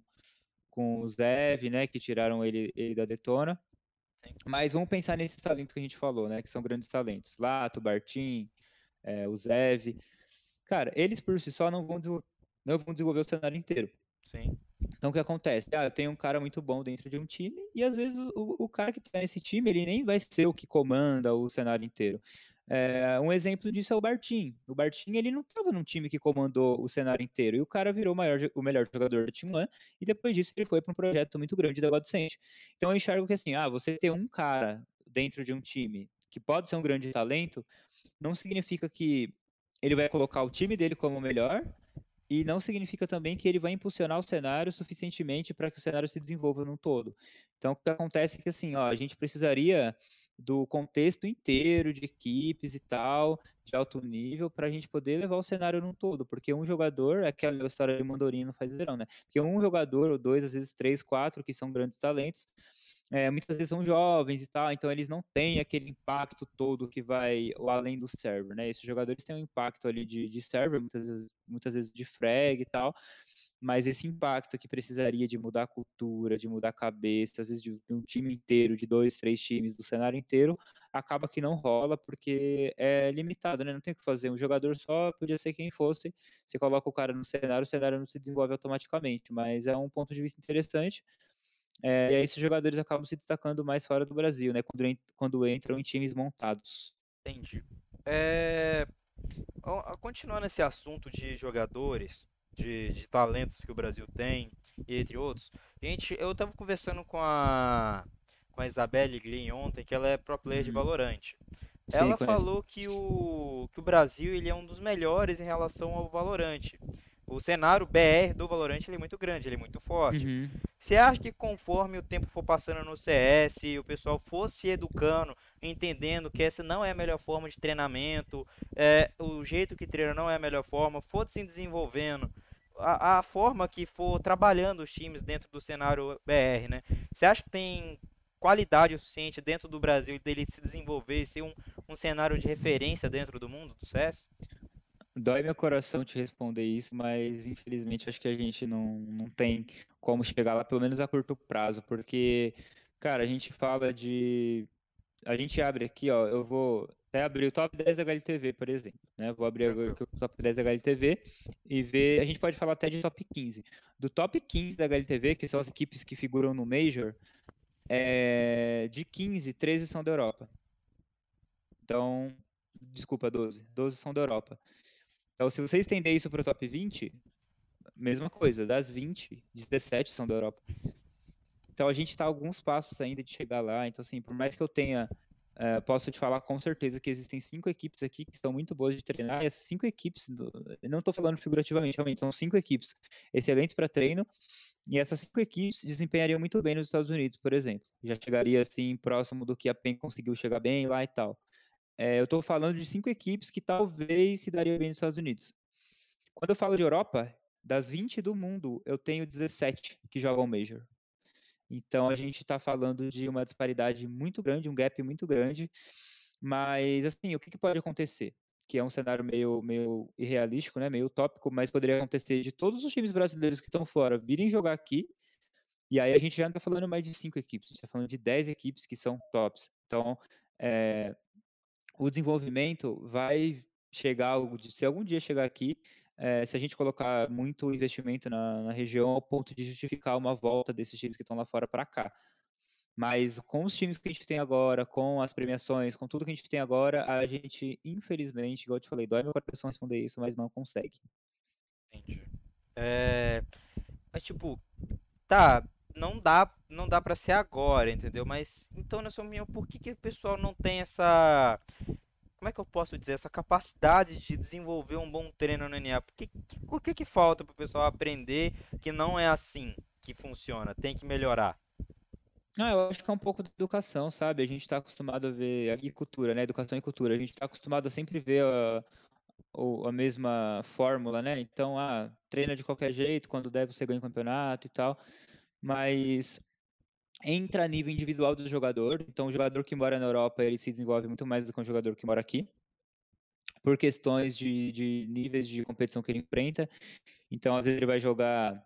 com o Zev, né? Que tiraram ele da Detona. Sim, Mas vamos pensar nesses talentos que a gente falou, né? Que são grandes talentos. Lato, Bartim, o Zev. Cara, eles por si só não vão desenvolver o cenário inteiro. sim, Então, o que acontece? Eu tenho um cara muito bom dentro de um time, e às vezes o cara que está nesse time, ele nem vai ser o que comanda o cenário inteiro. Um exemplo disso é o Bartim. O Bartim, ele não estava num time que comandou o cenário inteiro, e o cara virou o melhor jogador da Team One, e depois disso ele foi para um projeto muito grande da Godsend. Então, eu enxergo que assim, você ter um cara dentro de um time que pode ser um grande talento, não significa que ele vai colocar o time dele como o melhor, e não significa também que ele vai impulsionar o cenário suficientemente para que o cenário se desenvolva num todo. Então, o que acontece é que, assim, ó, a gente precisaria do contexto inteiro de equipes e tal, de alto nível, para a gente poder levar o cenário num todo, porque um jogador, é aquela história de Mandorinho não faz verão, né? Porque um jogador, ou dois, às vezes três, quatro, que são grandes talentos, muitas vezes são jovens e tal, então eles não têm aquele impacto todo que vai além do server, né? Esses jogadores têm um impacto ali de server, muitas vezes de frag e tal, mas esse impacto que precisaria de mudar a cultura, de mudar a cabeça, às vezes de um time inteiro, de dois, três times do cenário inteiro, acaba que não rola porque é limitado, né? Não tem o que fazer. Um jogador só podia ser quem fosse. Você coloca o cenário não se desenvolve automaticamente, mas é um ponto de vista interessante. E aí esses jogadores acabam se destacando mais fora do Brasil, né? Quando entram em times montados. entendi. Continuando esse assunto de jogadores, de talentos que o Brasil tem, e entre outros, eu tava conversando com a Isabelle Glyn ontem, que ela é pro player de Uhum. Valorant. Sim, Ela conheço. falou que o Brasil ele é um dos melhores em relação ao Valorant. O cenário BR do Valorant ele é muito grande, ele é muito forte. Uhum. Você acha que conforme o tempo for passando no CS, o pessoal for se educando, entendendo que essa não é a melhor forma de treinamento, o jeito que treina não é a melhor forma, for se desenvolvendo, a forma que for trabalhando os times dentro do cenário BR, né? Você acha que tem qualidade o suficiente dentro do Brasil dele se desenvolver e ser um cenário de referência dentro do mundo do CS? Dói meu coração te responder isso, mas infelizmente acho que a gente não tem como chegar lá, pelo menos a curto prazo, porque, cara, a gente fala de. A gente abre aqui, ó, eu vou até abrir o top 10 da HLTV, por exemplo, né? Vou abrir agora Tranquilo. aqui o top 10 da HLTV e ver. A gente pode falar até de top 15. Do top 15 da HLTV, que são as equipes que figuram no Major, de 15, 13 são da Europa. Então, desculpa, 12. 12 são da Europa. Então, se você estender isso para o top 20, mesma coisa, das 20, 17 são da Europa. Então a gente está a alguns passos ainda de chegar lá. Então, assim, por mais que eu tenha, posso te falar com certeza que existem 5 equipes aqui que são muito boas de treinar, e essas 5 equipes, eu não estou falando figurativamente, realmente, são 5 equipes excelentes para treino, e essas 5 equipes desempenhariam muito bem nos Estados Unidos, por exemplo. Já chegaria, assim, próximo do que a PEN conseguiu chegar bem lá e tal. Eu estou falando de 5 equipes que talvez se daria bem nos Estados Unidos. Quando eu falo de Europa, das 20 do mundo, eu tenho 17 que jogam Major. Então a gente está falando de uma disparidade muito grande, um gap muito grande. Mas assim, o que, que pode acontecer? Que é um cenário meio irrealístico, né? Meio utópico, mas poderia acontecer de todos os times brasileiros que estão fora virem jogar aqui. E aí a gente já não está falando mais de 5 equipes, a gente está falando de 10 equipes que são tops. Então, é, o desenvolvimento vai chegar, se algum dia chegar aqui, se a gente colocar muito investimento na região ao ponto de justificar uma volta desses times que estão lá fora para cá. Mas com os times que a gente tem agora, com as premiações, com tudo que a gente tem agora, a gente, infelizmente, igual eu te falei, dói meu coração responder isso, mas não consegue. Entendi. É, mas tipo, tá, não dá para ser agora, entendeu? Mas então, na sua opinião, por que que o pessoal não tem essa, como é que eu posso dizer, essa capacidade de desenvolver um bom treino no NA? O que que falta para o pessoal aprender que não é assim que funciona, tem que melhorar? Ah, eu acho que é um pouco de educação, sabe? A gente está acostumado a ver agricultura, né? Educação e cultura. A gente está acostumado a sempre ver a mesma fórmula, né? Então, treina de qualquer jeito, quando der você ganha o campeonato e tal. Mas entra a nível individual do jogador. Então, o jogador que mora na Europa, ele se desenvolve muito mais do que um jogador que mora aqui, por questões de níveis de competição que ele enfrenta. Então, às vezes ele vai jogar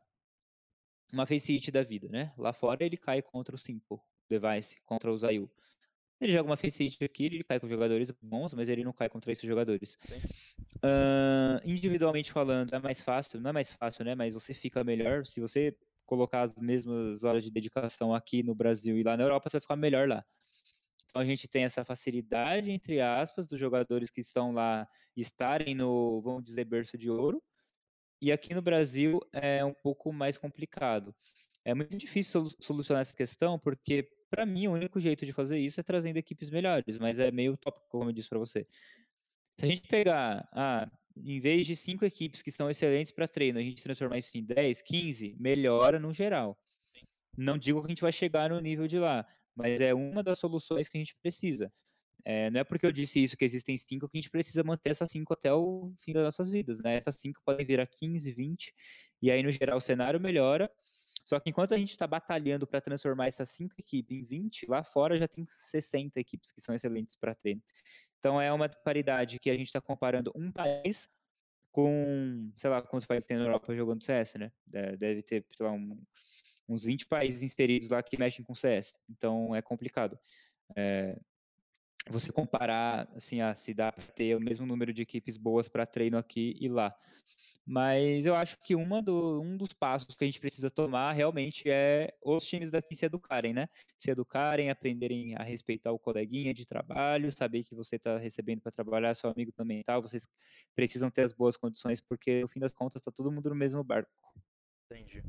uma face hit da vida, né? Lá fora ele cai contra o Simple Device, contra o Zayu. Ele joga uma face hit aqui, ele cai com jogadores bons, mas ele não cai contra esses jogadores. Sim, Individualmente falando, é mais fácil, não é mais fácil, né? Mas você fica melhor. Se você colocar as mesmas horas de dedicação aqui no Brasil e lá na Europa, você vai ficar melhor lá. Então a gente tem essa facilidade, entre aspas, dos jogadores que estão lá estarem no, vamos dizer, berço de ouro. E aqui no Brasil é um pouco mais complicado. É muito difícil solucionar essa questão, porque, para mim, o único jeito de fazer isso é trazendo equipes melhores, mas é meio utópico, como eu disse para você. Se a gente pegar, em vez de 5 equipes que são excelentes para treino, a gente transformar isso em 10, 15, melhora no geral. Não digo que a gente vai chegar no nível de lá, mas é uma das soluções que a gente precisa. Não é porque eu disse isso que existem 5 que a gente precisa manter essas 5 até o fim das nossas vidas, né? Essas 5 podem virar 15, 20, e aí no geral o cenário melhora. Só que enquanto a gente está batalhando para transformar essas 5 equipes em 20, lá fora já tem 60 equipes que são excelentes para treino. Então é uma paridade que a gente está comparando um país com, sei lá, quantos países tem na Europa jogando CS, né? Deve ter, sei lá, uns 20 países inseridos lá que mexem com CS. Então é complicado. É, você comparar, assim, se dá para ter o mesmo número de equipes boas para treino aqui e lá. Mas eu acho que um dos passos que a gente precisa tomar realmente é os times daqui se educarem, né? Se educarem, aprenderem a respeitar o coleguinha de trabalho, saber que você está recebendo para trabalhar, seu amigo também tá, vocês precisam ter as boas condições, porque no fim das contas está todo mundo no mesmo barco. entendi.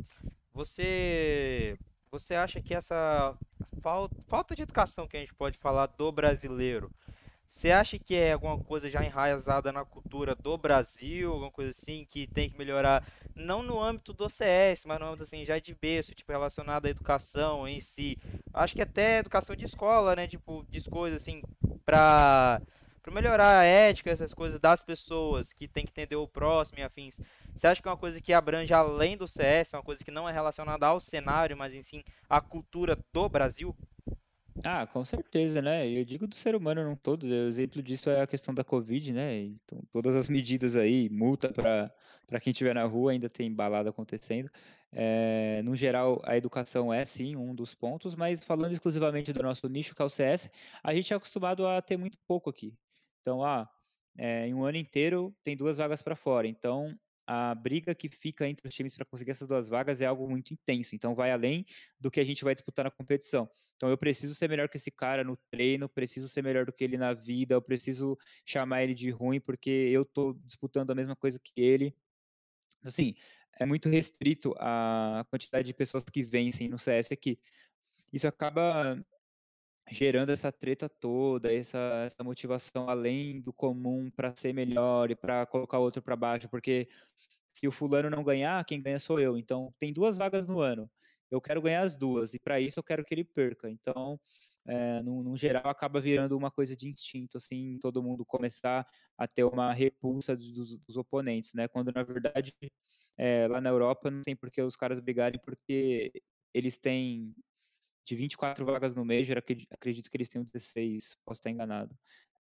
Você acha que essa falta de educação que a gente pode falar do brasileiro Você acha que é alguma coisa já enraizada na cultura do Brasil, alguma coisa assim, que tem que melhorar, não no âmbito do CS, mas no âmbito assim, já de berço, tipo, relacionado à educação em si? Acho que até educação de escola, né? Tipo, de coisas assim, pra, pra melhorar a ética, essas coisas das pessoas que tem que entender o próximo e afins. Você acha que é uma coisa que abrange além do CS, uma coisa que não é relacionada ao cenário, mas em si à cultura do Brasil? Ah, com certeza, né? Eu digo do ser humano num todo. O exemplo disso é a questão da Covid, né? Então, todas as medidas aí, multa para quem estiver na rua, ainda tem balada acontecendo. No geral, a educação é sim um dos pontos, mas falando exclusivamente do nosso nicho, que é o CS, a gente é acostumado a ter muito pouco aqui. Então, em um ano inteiro tem 2 vagas para fora. Então, a briga que fica entre os times para conseguir essas 2 vagas é algo muito intenso. Então, vai além do que a gente vai disputar na competição. Então eu preciso ser melhor que esse cara no treino, preciso ser melhor do que ele na vida, eu preciso chamar ele de ruim porque eu tô disputando a mesma coisa que ele. Assim, é muito restrito a quantidade de pessoas que vencem no CS aqui. Isso acaba gerando essa treta toda, essa motivação além do comum para ser melhor e para colocar o outro para baixo, porque se o fulano não ganhar, quem ganha sou eu. Então, tem 2 vagas no ano. Eu quero ganhar as duas, e para isso eu quero que ele perca. Então, no geral, acaba virando uma coisa de instinto, assim, todo mundo começar a ter uma repulsa dos oponentes, né? Quando, na verdade, lá na Europa, não tem por que os caras brigarem, porque eles têm de 24 vagas no Major, acredito que eles tenham 16, posso estar enganado.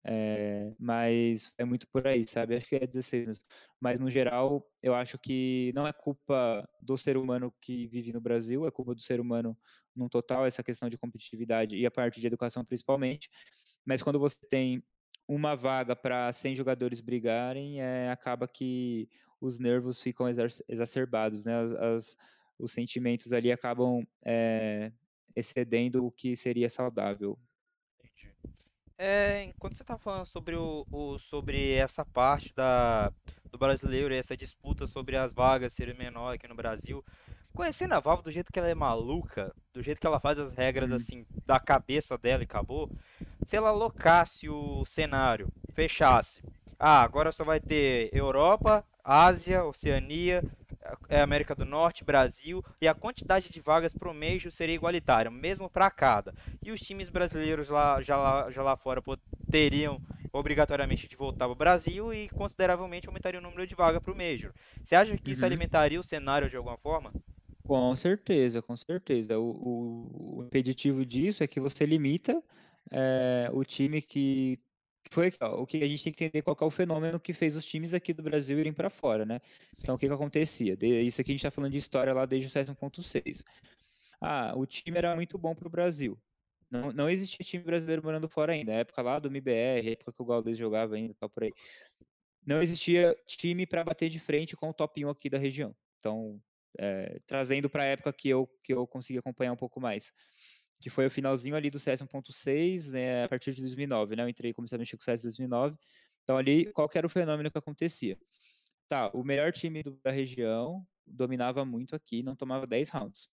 Mas é muito por aí, sabe? Acho que é 16 mesmo. Mas no geral, eu acho que não é culpa do ser humano que vive no Brasil, é culpa do ser humano num total, essa questão de competitividade e a parte de educação principalmente. Mas quando você tem uma vaga para 100 jogadores brigarem, acaba que os nervos ficam exacerbados, né? Os sentimentos ali acabam excedendo o que seria saudável. Entendi. Enquanto você tá falando sobre sobre essa parte do brasileiro e essa disputa sobre as vagas serem menor aqui no Brasil, conhecendo a Valve do jeito que ela é maluca, do jeito que ela faz as regras Hum. assim, da cabeça dela e acabou, se ela alocasse o cenário, fechasse, agora só vai ter Europa, Ásia, Oceania, América do Norte, Brasil, e a quantidade de vagas pro Major seria igualitária, mesmo para cada. E os times brasileiros já lá fora teriam obrigatoriamente de voltar para o Brasil e consideravelmente aumentaria o número de vagas para o Major. Você acha que isso Uhum. alimentaria o cenário de alguma forma? Com certeza, com certeza. O impeditivo disso é que você limita o time que foi aqui, ó, o que a gente tem que entender qual que é o fenômeno que fez os times aqui do Brasil irem para fora, né? Sim, Então, o que que acontecia? Isso aqui a gente está falando de história lá desde o CS 1.6. O time era muito bom para o Brasil. Não existia time brasileiro morando fora ainda. A época lá do MBR, a época que o Gaules jogava ainda, tal por aí. Não existia time para bater de frente com o top 1 aqui da região. Então, trazendo para a época que eu consegui acompanhar um pouco mais, que foi o finalzinho ali do CS 1.6, né, a partir de 2009, né? Eu entrei e comecei a mexer com o CS em 2009. Então, ali, qual que era o fenômeno que acontecia? Tá, o melhor time da região dominava muito aqui, não tomava 10 rounds.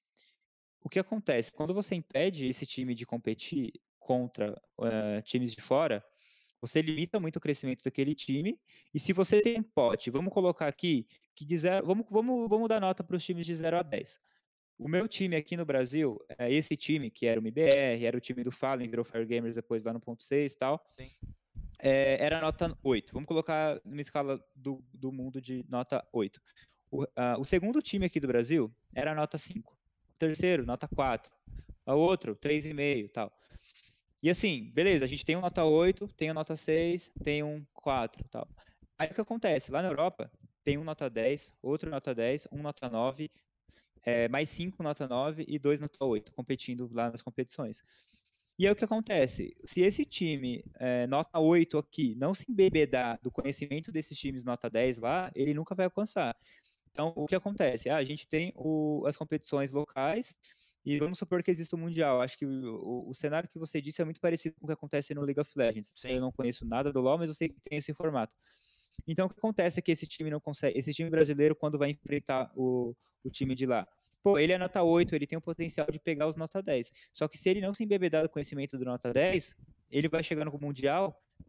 O que acontece? Quando você impede esse time de competir contra times de fora, você limita muito o crescimento daquele time. E se você tem um pote, vamos colocar aqui que de zero, vamos dar nota para os times de 0 a 10. O meu time aqui no Brasil, esse time que era o MBR, era o time do Fallen, virou Fire Gamers depois lá no ponto 6 e tal, sim, era nota 8. Vamos colocar numa escala do mundo de nota 8. O segundo time aqui do Brasil era nota 5. O terceiro, nota 4. O outro, 3,5 e tal. E assim, beleza, a gente tem um nota 8, tem um nota 6, tem um 4 tal. Aí o que acontece? Lá na Europa, tem um nota 10, outro nota 10, um nota 9, mais 5 nota 9 e 2 nota 8, competindo lá nas competições. E aí o que acontece? Se esse time nota 8 aqui não se embebedar do conhecimento desses times nota 10 lá, ele nunca vai alcançar. Então, o que acontece? A gente tem as competições locais e vamos supor que exista o Mundial. Acho que o cenário que você disse é muito parecido com o que acontece no League of Legends. Eu sim. não conheço nada do LoL, mas eu sei que tem esse formato. Então, o que acontece é que esse time não consegue, esse time brasileiro, quando vai enfrentar o time de lá, pô, ele é nota 8, ele tem o potencial de pegar os nota 10. Só que se ele não se embebedar do conhecimento do nota 10, ele vai chegar no Mundial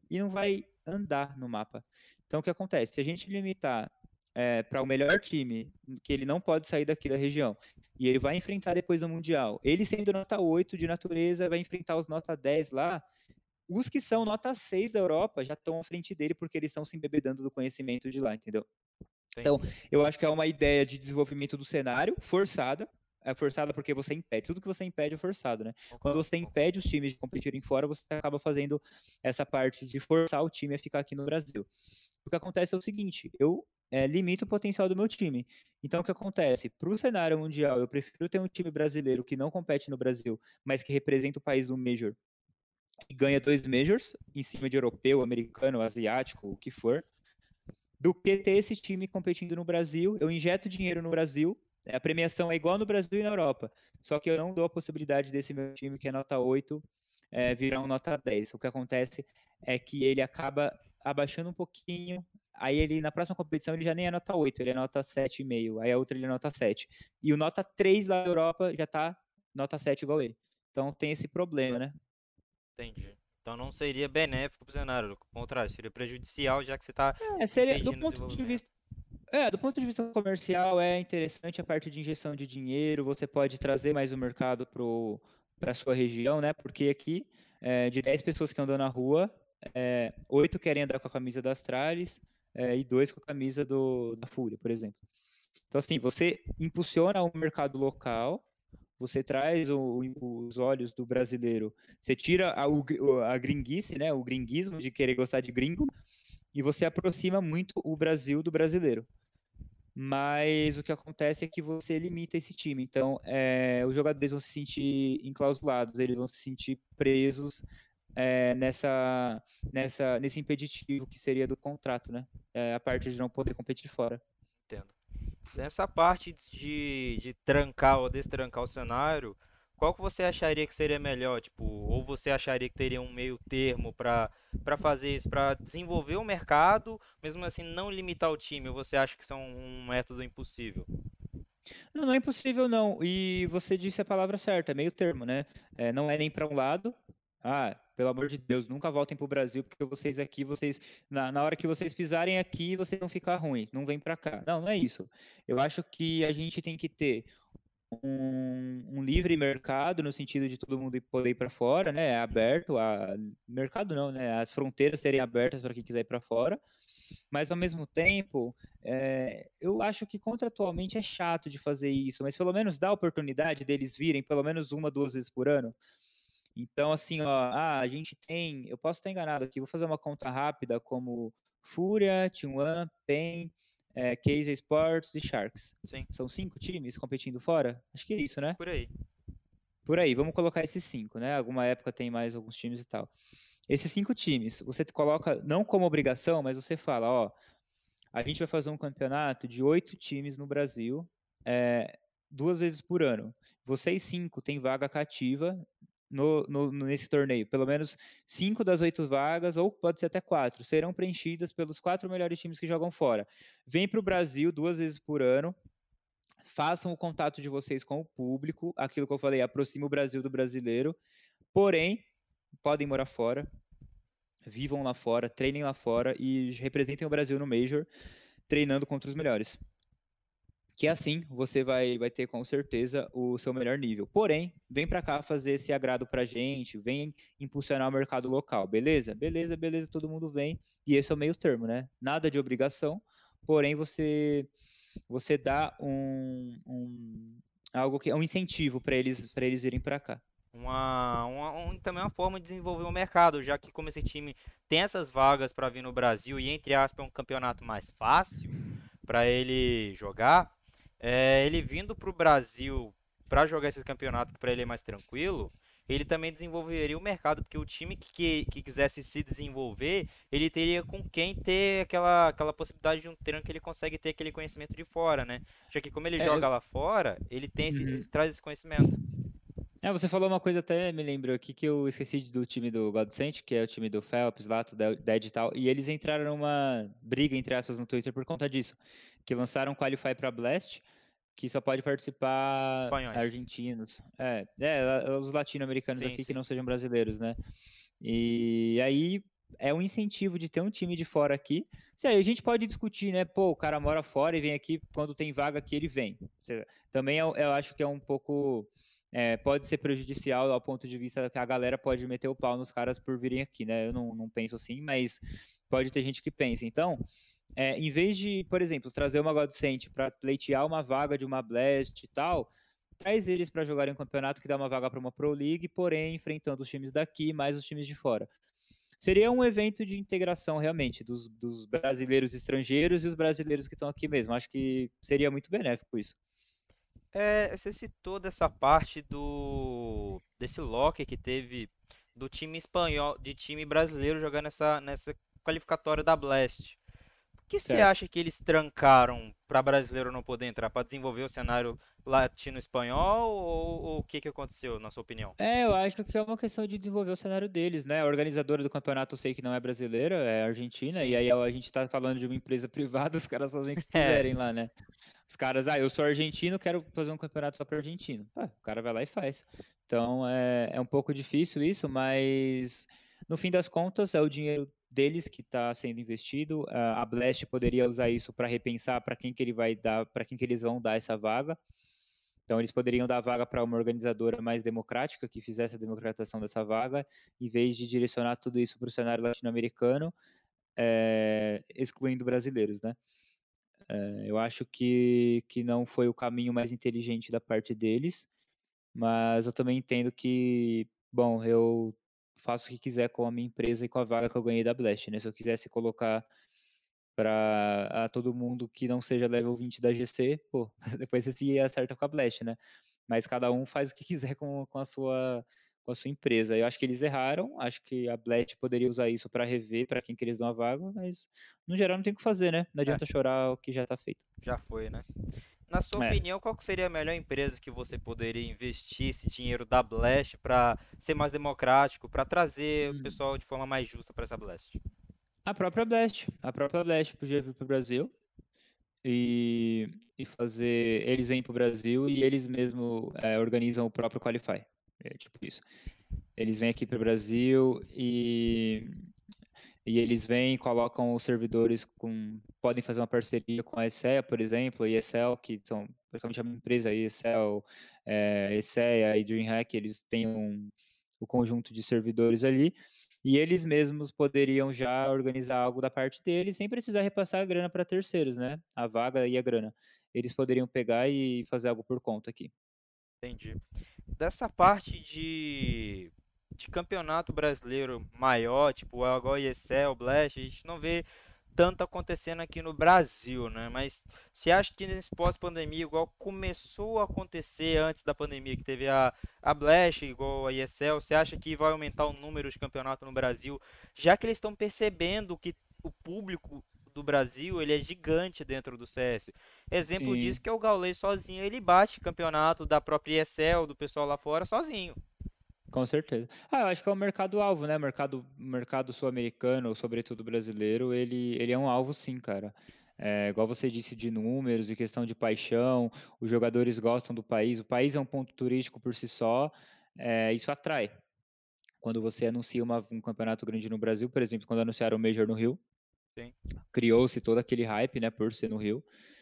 e não vai andar no mapa. Então, o que acontece? Se a gente limitar para o melhor time, que ele não pode sair daqui da região, e ele vai enfrentar depois do Mundial, ele sendo nota 8 de natureza, vai enfrentar os nota 10 lá, os que são nota 6 da Europa já estão à frente dele porque eles estão se embebedando do conhecimento de lá, entendeu? Então, Entendi. eu acho que é uma ideia de desenvolvimento do cenário forçada. É forçada porque você impede. Tudo que você impede é forçado, né? Quando Concordo, você concordo. impede os times de competirem fora, você acaba fazendo essa parte de forçar o time a ficar aqui no Brasil. O que acontece é o seguinte: eu limito o potencial do meu time. Então, o que acontece? Para o cenário mundial, eu prefiro ter um time brasileiro que não compete no Brasil, mas que representa o país do Major e ganha 2 Majors em cima de europeu, americano, asiático, o que for, do que ter esse time competindo no Brasil. Eu injeto dinheiro no Brasil, a premiação é igual no Brasil e na Europa, só que eu não dou a possibilidade desse meu time, que é nota 8, virar um nota 10. O que acontece é que ele acaba abaixando um pouquinho, aí ele na próxima competição ele já nem é nota 8, ele é nota 7,5, aí a outra ele é nota 7. E o nota 3 lá na Europa já tá nota 7 igual ele. Então tem esse problema, né? Entendi. Então não seria benéfico para o cenário, ao contrário, seria prejudicial, já que você está Seria do impedindo o ponto de desenvolvimento. vista do ponto de vista comercial, é interessante a parte de injeção de dinheiro, você pode trazer mais o mercado para a sua região, né? Porque aqui, de 10 pessoas que andam na rua, 8 querem andar com a camisa da Astralis, e 2 com a camisa da Fúria, por exemplo. Então, assim, você impulsiona o mercado local, você traz os olhos do brasileiro, você tira a gringuice, né? O gringuismo de querer gostar de gringo, e você aproxima muito o Brasil do brasileiro. Mas o que acontece é que você limita esse time. Então, os jogadores vão se sentir enclausulados, eles vão se sentir presos nesse impeditivo que seria do contrato, né? A parte de não poder competir fora. Entendo. Nessa parte de trancar ou destrancar o cenário, qual que você acharia que seria melhor? Tipo, ou você acharia que teria um meio termo para fazer isso, para desenvolver o mercado, mesmo assim não limitar o time? Ou você acha que isso é um método impossível? Não, não é impossível, não. E você disse a palavra certa, é meio termo, né? Não é nem para um lado. Ah, pelo amor de Deus, nunca voltem para o Brasil, porque vocês aqui, na hora que vocês pisarem aqui, vocês vão ficar ruim, não vem para cá. Não, não é isso. Eu acho que a gente tem que ter um livre mercado no sentido de todo mundo poder ir para fora, né? É aberto, mercado não, né? As fronteiras serem abertas para quem quiser ir para fora, mas ao mesmo tempo, eu acho que contratualmente é chato de fazer isso, mas pelo menos dá a oportunidade deles virem pelo menos uma, 2 vezes por ano. Então, assim, ó, a gente tem, eu posso estar enganado aqui, vou fazer uma conta rápida como Fúria, T1, PEN, Case Sports e Sharks. Sim, São 5 times competindo fora? Acho que é isso, né? por aí. Por aí, vamos colocar esses 5, né? Alguma época tem mais alguns times e tal. Esses 5 times, você coloca não como obrigação, mas você fala, ó, a gente vai fazer um campeonato de 8 times no Brasil, 2 vezes por ano. Vocês 5 têm vaga cativa nesse torneio. Pelo menos 5 das 8 vagas, ou pode ser até 4, serão preenchidas pelos 4 melhores times que jogam fora. Vem para o Brasil 2 vezes por ano, façam o contato de vocês com o público, aquilo que eu falei, aproxima o Brasil do brasileiro, porém, podem morar fora, vivam lá fora, treinem lá fora e representem o Brasil no Major, treinando contra os melhores. Que assim você vai ter com certeza o seu melhor nível. Porém, vem para cá fazer esse agrado para gente, vem impulsionar o mercado local, beleza? Beleza, beleza, todo mundo vem. E esse é o meio termo, né? Nada de obrigação, porém você dá algo que é um incentivo para eles virem para cá. Também uma forma de desenvolver o mercado, já que como esse time tem essas vagas para vir no Brasil e entre aspas é um campeonato mais fácil para ele jogar, ele vindo para o Brasil para jogar esse campeonato que para ele é mais tranquilo, ele também desenvolveria o mercado, porque o time que quisesse se desenvolver, ele teria com quem ter aquela possibilidade de um treino que ele consegue ter aquele conhecimento de fora, né? Já que como ele É, joga lá fora, ele uhum. traz esse conhecimento. Você falou uma coisa até me lembrou aqui que eu esqueci do time do Godsent, que é o time do Phelps lá, do Dead e tal, e eles entraram numa briga, entre aspas, no Twitter por conta disso, que lançaram um Qualify para Blast, que só pode participar Espanhóis. argentinos. Os latino-americanos Sim, aqui que sim. não sejam brasileiros, né? E aí é um incentivo de ter um time de fora aqui. Isso aí a gente pode discutir, né? Pô, o cara mora fora e vem aqui, quando tem vaga aqui, ele vem. Também eu acho que é um pouco. Pode ser prejudicial ao ponto de vista que a galera pode meter o pau nos caras por virem aqui, né? Eu não penso assim, mas pode ter gente que pensa. Então, em vez de, por exemplo, trazer uma Godsent para pleitear uma vaga de uma Blast e tal, traz eles para jogarem um campeonato que dá uma vaga para uma Pro League, porém enfrentando os times daqui mais os times de fora. Seria um evento de integração realmente dos brasileiros estrangeiros e os brasileiros que estão aqui mesmo. Acho que seria muito benéfico isso. Você citou dessa parte desse lock que teve do time espanhol, de time brasileiro jogando nessa qualificatória da Blast. Por que você Certo. acha que eles trancaram para brasileiro não poder entrar? Para desenvolver o cenário latino-espanhol ou o que que aconteceu, na sua opinião? Eu acho que é uma questão de desenvolver o cenário deles, né? A organizadora do campeonato eu sei que não é brasileira, é argentina, e Sim. aí a gente tá falando de uma empresa privada, os caras fazem o que É, quiserem lá, né? Os caras, eu sou argentino, quero fazer um campeonato só para argentino. O cara vai lá e faz. Então é um pouco difícil isso, mas no fim das contas é o dinheiro deles que está sendo investido. A Blast poderia usar isso para repensar para quem que ele vai dar, para quem que eles vão dar essa vaga. Então eles poderiam dar a vaga para uma organizadora mais democrática que fizesse a democratização dessa vaga, em vez de direcionar tudo isso para o cenário latino-americano, excluindo brasileiros, né? Eu acho que não foi o caminho mais inteligente da parte deles, mas eu também entendo que, bom, eu faço o que quiser com a minha empresa e com a vaga que eu ganhei da Blast, né? Se eu quisesse colocar para todo mundo que não seja level 20 da GC, pô, depois você se acerta com a Blast, né? Mas cada um faz o que quiser com a sua empresa. Eu acho que eles erraram, acho que a Blast poderia usar isso para rever para quem que eles dão a vaga, mas no geral não tem o que fazer, né? Não é, adianta chorar o que já tá feito. já foi, né? Na sua É. opinião, qual que seria a melhor empresa que você poderia investir esse dinheiro da Blast para ser mais democrático, para trazer o Hum. pessoal de forma mais justa para essa Blast? A própria Blast podia vir para o Brasil e fazer. Eles vêm para o Brasil e eles mesmo organizam o próprio Qualify. É tipo isso. Eles vêm aqui para o Brasil e eles vêm, colocam os servidores podem fazer uma parceria com a ESEA, por exemplo, e ESL, que são praticamente a mesma empresa, a ESL, ESEA e DreamHack, eles têm o conjunto de servidores ali, e eles mesmos poderiam já organizar algo da parte deles, sem precisar repassar a grana para terceiros, né? A vaga e a grana. Eles poderiam pegar e fazer algo por conta aqui. Entendi. Dessa parte de campeonato brasileiro maior, tipo igual ESL, Blast, a gente não vê tanto acontecendo aqui no Brasil, né? Mas você acha que nesse pós-pandemia, igual começou a acontecer antes da pandemia, que teve a Blast, igual a ESL, você acha que vai aumentar o número de campeonato no Brasil, já que eles estão percebendo que o público do Brasil ele é gigante dentro do CS. Exemplo disso Sim. que é o Gaules sozinho, ele bate campeonato da própria ESL, do pessoal lá fora, sozinho. Com certeza. Eu acho que é o mercado-alvo, né? Mercado sul-americano, sobretudo brasileiro, ele é um alvo sim, cara. Igual você disse de números e questão de paixão, os jogadores gostam do país, o país é um ponto turístico por si só, isso atrai. Quando você anuncia um campeonato grande no Brasil, por exemplo, quando anunciaram o Major no Rio, Sim, criou-se todo aquele hype, né, por ser no Rio.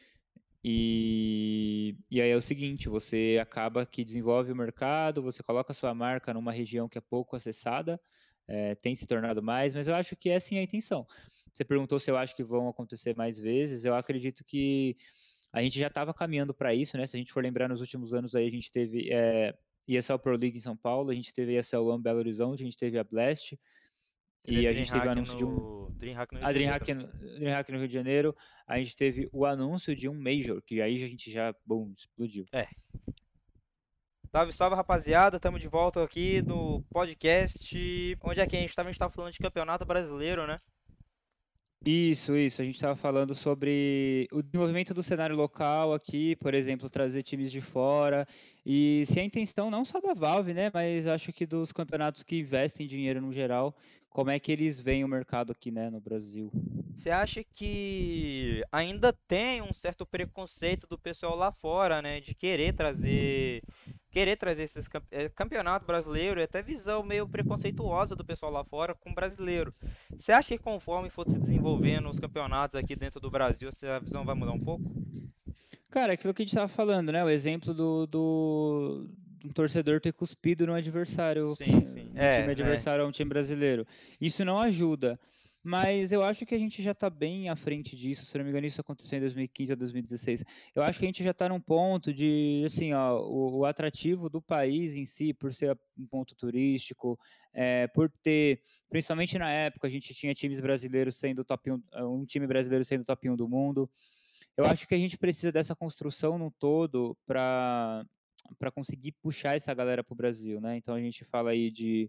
E aí é o seguinte, você acaba que desenvolve o mercado, você coloca a sua marca numa região que é pouco acessada, tem se tornado mais, mas eu acho que é sim a intenção. Você perguntou se eu acho que vão acontecer mais vezes, eu acredito que a gente já estava caminhando para isso, né? Se a gente for lembrar, nos últimos anos aí a gente teve ESL Pro League em São Paulo, a gente teve ESL One Belo Horizonte, a gente teve a Blast, teve a e a gente teve o anúncio de um DreamHack no Rio a de Janeiro, né? DreamHack no Rio de Janeiro, a gente teve o anúncio de um Major, que aí a gente já, bum, explodiu. É. Salve, salve rapaziada, estamos de volta aqui no podcast. Onde é que a gente estava? A gente estava falando de campeonato brasileiro, né? Isso. A gente estava falando sobre o desenvolvimento do cenário local aqui, por exemplo, trazer times de fora. E se a intenção não só da Valve, né, mas acho que dos campeonatos que investem dinheiro no geral, como é que eles veem o mercado aqui, né, no Brasil? Você acha que ainda tem um certo preconceito do pessoal lá fora, né? De querer trazer querer trazer esses campeonato brasileiro e até visão meio preconceituosa do pessoal lá fora com o brasileiro. Você acha que conforme for se desenvolvendo os campeonatos aqui dentro do Brasil, a visão vai mudar um pouco? Cara, aquilo que a gente estava falando, né? O exemplo de um torcedor ter cuspido no adversário, Sim, sim. no time É, né? adversário a um time brasileiro. Isso não ajuda. Mas eu acho que a gente já está bem à frente disso. Se eu não me engano, isso aconteceu em 2015 a 2016. Eu acho que a gente já está num ponto de, assim, ó, o atrativo do país em si, por ser um ponto turístico, por ter, principalmente na época, a gente tinha times brasileiros sendo top 1, um time brasileiro sendo top 1 do mundo. Eu acho que a gente precisa dessa construção no todo para conseguir puxar essa galera para o Brasil, né? Então a gente fala aí de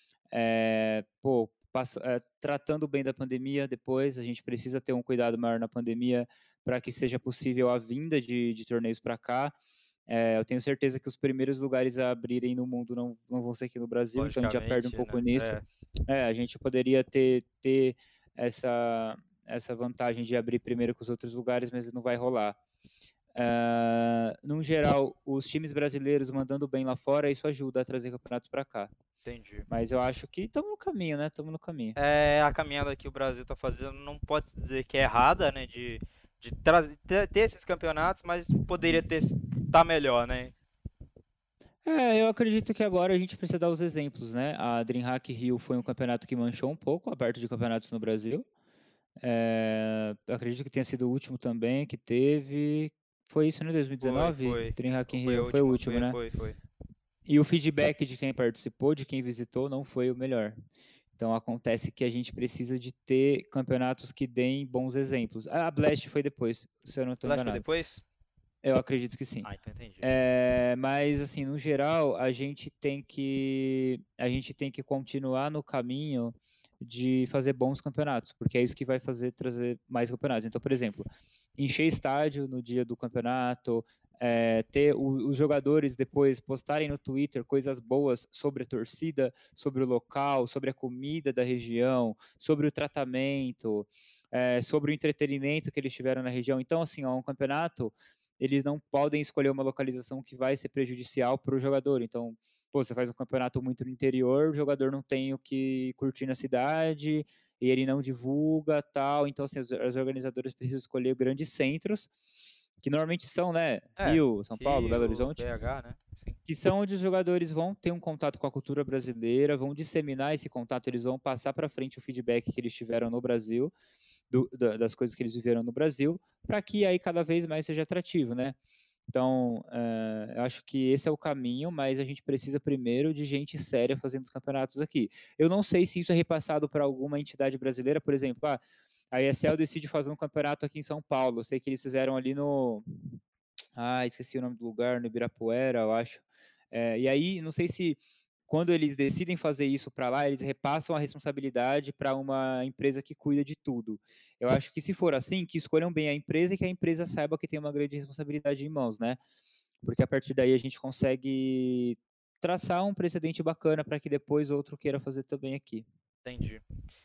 tratando bem da pandemia depois, a gente precisa ter um cuidado maior na pandemia para que seja possível a vinda de torneios para cá. Eu tenho certeza que os primeiros lugares a abrirem no mundo não vão ser aqui no Brasil, então a gente já perde um Logicamente, pouco né? nisso. É, A gente poderia ter essa vantagem de abrir primeiro com os outros lugares, mas não vai rolar. No geral, os times brasileiros mandando bem lá fora, isso ajuda a trazer campeonatos para cá. entendi. Mas eu acho que estamos no caminho, né? Estamos no caminho. É, a caminhada que o Brasil está fazendo não pode se dizer que é errada, né? Ter esses campeonatos, mas poderia ter tá melhor, né? Eu acredito que agora a gente precisa dar os exemplos, né? A DreamHack Rio foi um campeonato que manchou um pouco a parte de campeonatos no Brasil. Acredito que tenha sido o último também que teve. Foi isso, né? Foi, 2019? foi. DreamHack Foi a Rio foi o última, último, né? foi. E o feedback de quem participou, de quem visitou, não foi o melhor. Então acontece que a gente precisa de ter campeonatos que deem bons exemplos. A Blast foi depois, se eu não estou Last foi enganado. depois? Eu acredito que sim. Ah, então entendi. Mas assim, no geral, a gente tem que continuar no caminho de fazer bons campeonatos, porque é isso que vai fazer trazer mais campeonatos. Então, por exemplo, encher estádio no dia do campeonato, ter os jogadores depois postarem no Twitter coisas boas sobre a torcida, sobre o local, sobre a comida da região, sobre o tratamento, sobre o entretenimento que eles tiveram na região. Então, assim, ó, um campeonato eles não podem escolher uma localização que vai ser prejudicial para o jogador. Então, pô, você faz um campeonato muito no interior, o jogador não tem o que curtir na cidade e ele não divulga, tal. Então, assim, as organizadoras precisam escolher grandes centros, que normalmente são, né, É, Rio, São Paulo, Belo Rio, Horizonte, BH, né? Sim, que são onde os jogadores vão ter um contato com a cultura brasileira, vão disseminar esse contato, eles vão passar para frente o feedback que eles tiveram no Brasil, das coisas que eles viveram no Brasil, para que aí cada vez mais seja atrativo, né? Então, eu acho que esse é o caminho, mas a gente precisa primeiro de gente séria fazendo os campeonatos aqui. Eu não sei se isso é repassado para alguma entidade brasileira, por exemplo, a ESL decide fazer um campeonato aqui em São Paulo. Eu sei que eles fizeram ali no. Esqueci o nome do lugar, no Ibirapuera, eu acho. E aí, não sei se quando eles decidem fazer isso para lá, eles repassam a responsabilidade para uma empresa que cuida de tudo. Eu acho que se for assim, que escolham bem a empresa e que a empresa saiba que tem uma grande responsabilidade em mãos, né? Porque a partir daí a gente consegue traçar um precedente bacana para que depois outro queira fazer também aqui. entendi.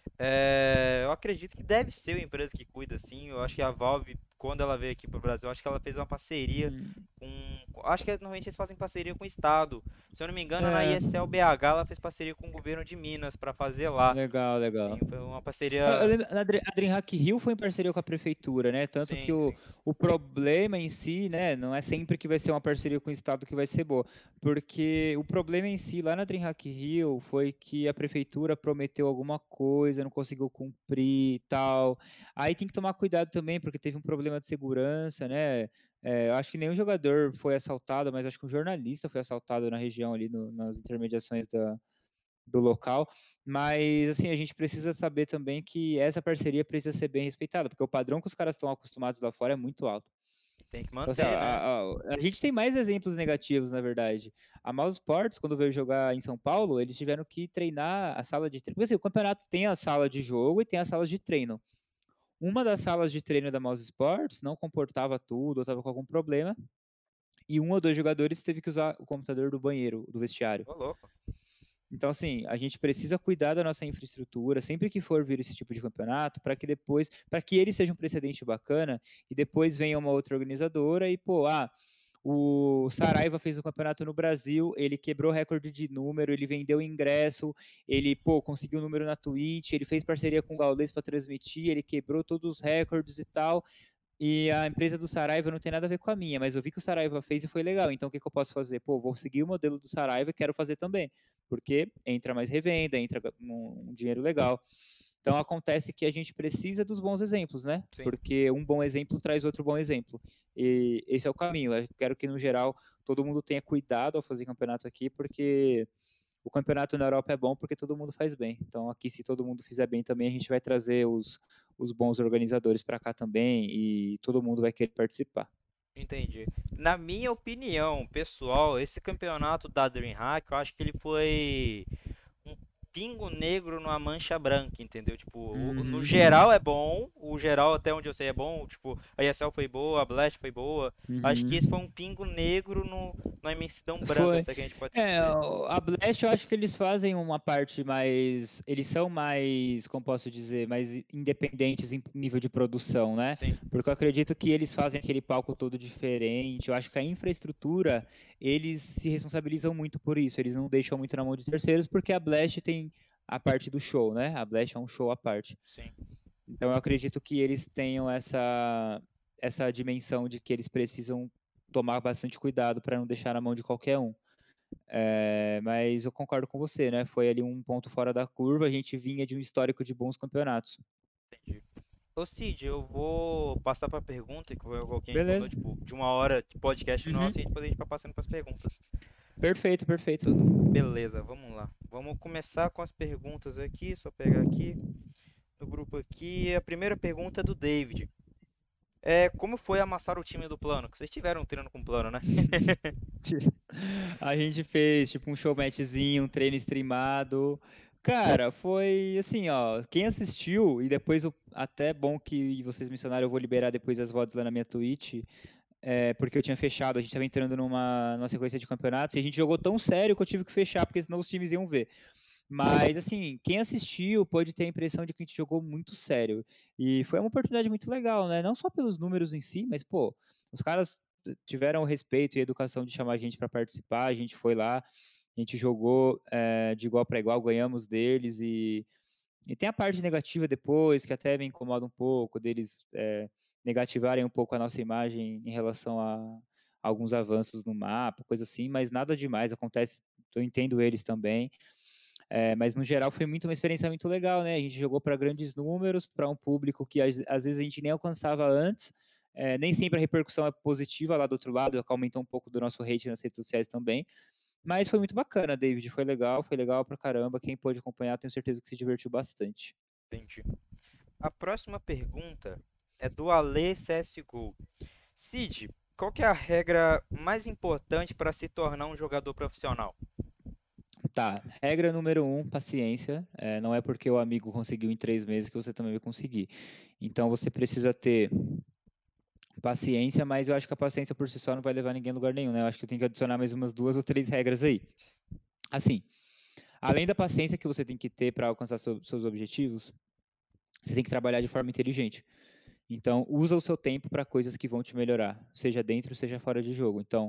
É, eu acredito que deve ser uma empresa que cuida, assim. Eu acho que a Valve, quando ela veio aqui pro Brasil, acho que ela fez uma parceria Hum, Acho que normalmente eles fazem parceria com o Estado. Se eu não me engano, na É, ISL BH ela fez parceria com o governo de Minas para fazer lá. legal, Sim, legal. foi uma Eu parceria. lembro, a DreamHack Rio foi em parceria com a prefeitura, né? Tanto que Sim, o, sim. o problema em si, né, não é sempre que vai ser uma parceria com o Estado que vai ser boa. Porque o problema em si, lá na DreamHack Rio, foi que a prefeitura prometeu alguma coisa, não conseguiu cumprir e tal. Aí tem que tomar cuidado também, porque teve um problema de segurança, né? Eu acho que nenhum jogador foi assaltado, mas acho que um jornalista foi assaltado na região ali, nas intermediações do local. Mas, assim, a gente precisa saber também que essa parceria precisa ser bem respeitada, porque o padrão que os caras estão acostumados lá fora é muito alto. Tem que Então, assim, manter, né? a gente tem mais exemplos negativos, na verdade. A Mouse Sports, quando veio jogar em São Paulo, eles tiveram que treinar a sala de treino. Porque, assim, o campeonato tem a sala de jogo e tem as salas de treino. Uma das salas de treino da Mouse Sports não comportava tudo, ou estava com algum problema, e um ou dois jogadores teve que usar o computador do banheiro, do vestiário. Ô, louco. Então, assim, a gente precisa cuidar da nossa infraestrutura sempre que for vir esse tipo de campeonato, para que ele seja um precedente bacana e depois venha uma outra organizadora e, pô, O Saraiva fez o campeonato no Brasil, ele quebrou recorde de número, ele vendeu ingresso, ele, pô, conseguiu número na Twitch, ele fez parceria com o Gaules para transmitir, ele quebrou todos os recordes e tal. E a empresa do Saraiva não tem nada a ver com a minha, mas eu vi que o Saraiva fez e foi legal. Então o que, que eu posso fazer? Pô, vou seguir o modelo do Saraiva e quero fazer também, porque entra mais revenda, entra um dinheiro legal. Então acontece que a gente precisa dos bons exemplos, né? Sim, Porque um bom exemplo traz outro bom exemplo. E esse é o caminho. Eu quero que, no geral, todo mundo tenha cuidado ao fazer campeonato aqui, porque o campeonato na Europa é bom porque todo mundo faz bem. Então aqui, se todo mundo fizer bem também, a gente vai trazer os bons organizadores para cá também e todo mundo vai querer participar. entendi. Na minha opinião, pessoal, esse campeonato da DreamHack, eu acho que ele foi um pingo negro numa mancha branca, entendeu? Tipo, no Uhum, geral é bom, o geral até onde eu sei é bom, tipo, a ESL foi boa, a Blast foi boa. Acho que esse uhum. foi um pingo negro no, na imensidão branca, Foi. se é que a gente pode É, dizer. a Blast eu acho que eles fazem uma parte mais. Eles são mais, como posso dizer, mais independentes em nível de produção, né? Sim, Porque eu acredito que eles fazem aquele palco todo diferente. Eu acho que a infraestrutura, eles se responsabilizam muito por isso. Eles não deixam muito na mão de terceiros, porque a Blast tem a parte do show, né? A Blast é um show à parte. sim, Então eu acredito que eles tenham essa dimensão de que eles precisam tomar bastante cuidado para não deixar na mão de qualquer um. Mas eu concordo com você, né? Foi ali um ponto fora da curva. A gente vinha de um histórico de bons campeonatos. entendi. Ô Cid, eu vou passar pra pergunta, que foi algo que a gente mandou, Beleza. tipo, de uma hora de podcast nosso, e Uhum. depois a gente vai passando pras perguntas. Perfeito, perfeito. Beleza, vamos lá. Vamos começar com as perguntas aqui, só pegar aqui no grupo aqui. A primeira pergunta é do David. Como foi amassar o time do plano? Que vocês tiveram um treino com o plano, né? A gente fez tipo um showmatchzinho, um treino streamado. Cara, foi assim, ó. Quem assistiu, e depois até bom que vocês mencionaram, eu vou liberar depois as VODs lá na minha Twitch. Porque eu tinha fechado, a gente estava entrando numa sequência de campeonatos e a gente jogou tão sério que eu tive que fechar, porque senão os times iam ver. Mas, assim, quem assistiu pode ter a impressão de que a gente jogou muito sério. E foi uma oportunidade muito legal, né? Não só pelos números em si, mas, pô, os caras tiveram o respeito e a educação de chamar a gente para participar, a gente foi lá, a gente jogou de igual para igual, ganhamos deles e tem a parte negativa depois, que até me incomoda um pouco, deles negativarem um pouco a nossa imagem em relação a alguns avanços no mapa, coisa assim, mas nada demais, acontece, eu entendo eles também. Mas no geral foi muito uma experiência muito legal, né? A gente jogou para grandes números, para um público que às vezes a gente nem alcançava antes. Nem sempre a repercussão é positiva lá do outro lado, aumentou um pouco do nosso hate nas redes sociais também. Mas foi muito bacana, David. Foi legal pra caramba. Quem pôde acompanhar, tenho certeza que se divertiu bastante. Entendi. A próxima pergunta é do Ale CSGO. Cid, qual que é a regra mais importante para se tornar um jogador profissional? Tá, regra número um, paciência. Não é porque o amigo conseguiu em 3 meses que você também vai conseguir. Então você precisa ter paciência, mas eu acho que a paciência por si só não vai levar ninguém a lugar nenhum, né? Eu acho que eu tenho que adicionar mais umas 2 ou 3 regras aí. Assim, além da paciência que você tem que ter para alcançar seus objetivos, você tem que trabalhar de forma inteligente. Então, usa o seu tempo para coisas que vão te melhorar, seja dentro, seja fora de jogo. Então,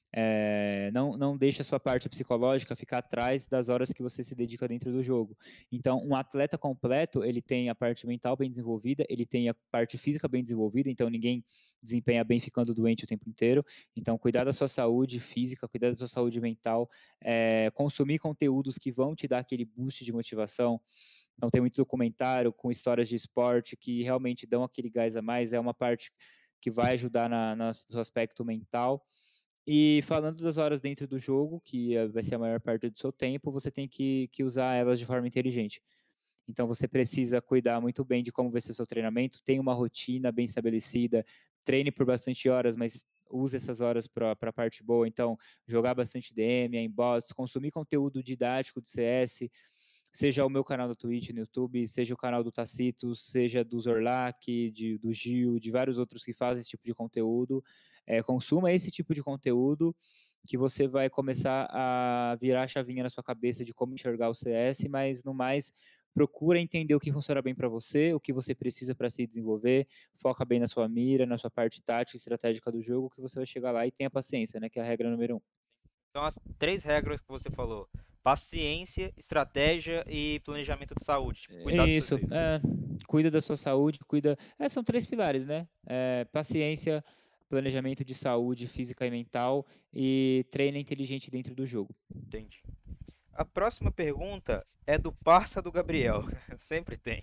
não deixe a sua parte psicológica ficar atrás das horas que você se dedica dentro do jogo. Então, um atleta completo, ele tem a parte mental bem desenvolvida, ele tem a parte física bem desenvolvida, então ninguém desempenha bem ficando doente o tempo inteiro. Então, cuidar da sua saúde física, cuidar da sua saúde mental, consumir conteúdos que vão te dar aquele boost de motivação. Então, tem muito documentário com histórias de esporte que realmente dão aquele gás a mais, é uma parte que vai ajudar no seu aspecto mental. E falando das horas dentro do jogo, que vai ser a maior parte do seu tempo, você tem que usar elas de forma inteligente. Então você precisa cuidar muito bem de como vai ser seu treinamento, tem uma rotina bem estabelecida, treine por bastante horas, mas use essas horas para a parte boa. Então, jogar bastante DM, em bots, consumir conteúdo didático do CS, seja o meu canal no Twitch, no YouTube, seja o canal do Tacitus, seja do Zorlak, do Gil, de vários outros que fazem esse tipo de conteúdo. Consuma esse tipo de conteúdo que você vai começar a virar a chavinha na sua cabeça de como enxergar o CS, mas no mais, procura entender o que funciona bem para você, o que você precisa para se desenvolver, foca bem na sua mira, na sua parte tática e estratégica do jogo, que você vai chegar lá e tenha paciência, né? Que é a regra número um. Então, as três regras que você falou: paciência, estratégia e planejamento de saúde. Tipo, É cuidar do seu isso, save. cuida da sua saúde, cuida. São três pilares, né? Paciência, planejamento de saúde física e mental e treino inteligente dentro do jogo. Entendi. A próxima pergunta é do parça do Gabriel. Sempre tem.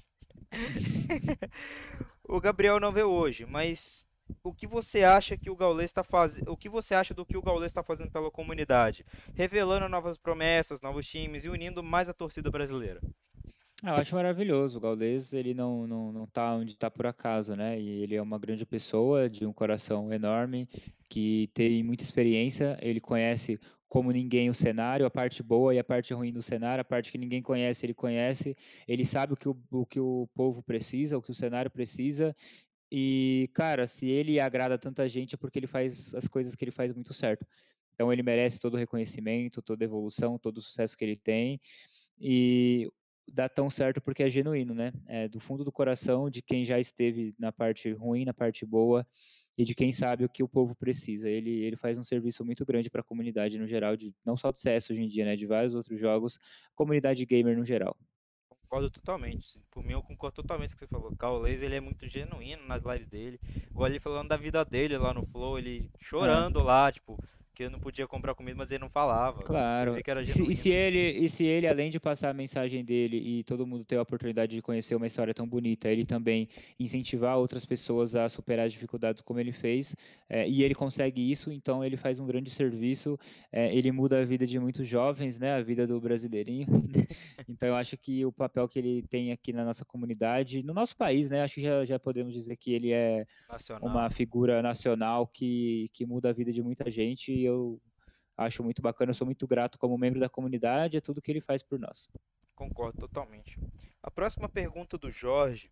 O Gabriel não veio hoje, mas o que você acha que o Gaules está fazendo? O que você acha do que o Gaules está fazendo pela comunidade? Revelando novas promessas, novos times e unindo mais a torcida brasileira. Eu acho maravilhoso. O Gaules, ele não tá onde está por acaso, né? E ele é uma grande pessoa, de um coração enorme, que tem muita experiência. Ele conhece como ninguém o cenário, a parte boa e a parte ruim do cenário, a parte que ninguém conhece, ele conhece. Ele sabe o que o povo precisa, o que o cenário precisa. E, cara, se ele agrada tanta gente é porque ele faz as coisas que ele faz muito certo. Então ele merece todo o reconhecimento, toda a evolução, todo o sucesso que ele tem e dá tão certo porque é genuíno, né? É do fundo do coração de quem já esteve na parte ruim, na parte boa e de quem sabe o que o povo precisa. Ele faz um serviço muito grande para a comunidade no geral, de, não só do CS hoje em dia, né? De vários outros jogos, comunidade gamer no geral. Concordo totalmente. Por mim, eu concordo totalmente com o que você falou. O Gaules, ele é muito genuíno nas lives dele. Igual ele falando da vida dele lá no Flow, ele É. chorando lá, tipo, que eu não podia comprar comida, mas ele não falava. Tipo, você Claro. vê que era E se genuíno. ele, além de passar a mensagem dele e todo mundo ter a oportunidade de conhecer uma história tão bonita, ele também incentivar outras pessoas a superar as dificuldades como ele fez, e ele consegue isso, então ele faz um grande serviço, ele muda a vida de muitos jovens, né, a vida do brasileirinho. Então eu acho que o papel que ele tem aqui na nossa comunidade, no nosso país, né, acho que já podemos dizer que ele é uma Nacional. figura nacional que muda a vida de muita gente e eu acho muito bacana, eu sou muito grato como membro da comunidade, é tudo que ele faz por nós. Concordo totalmente. A próxima pergunta do Jorge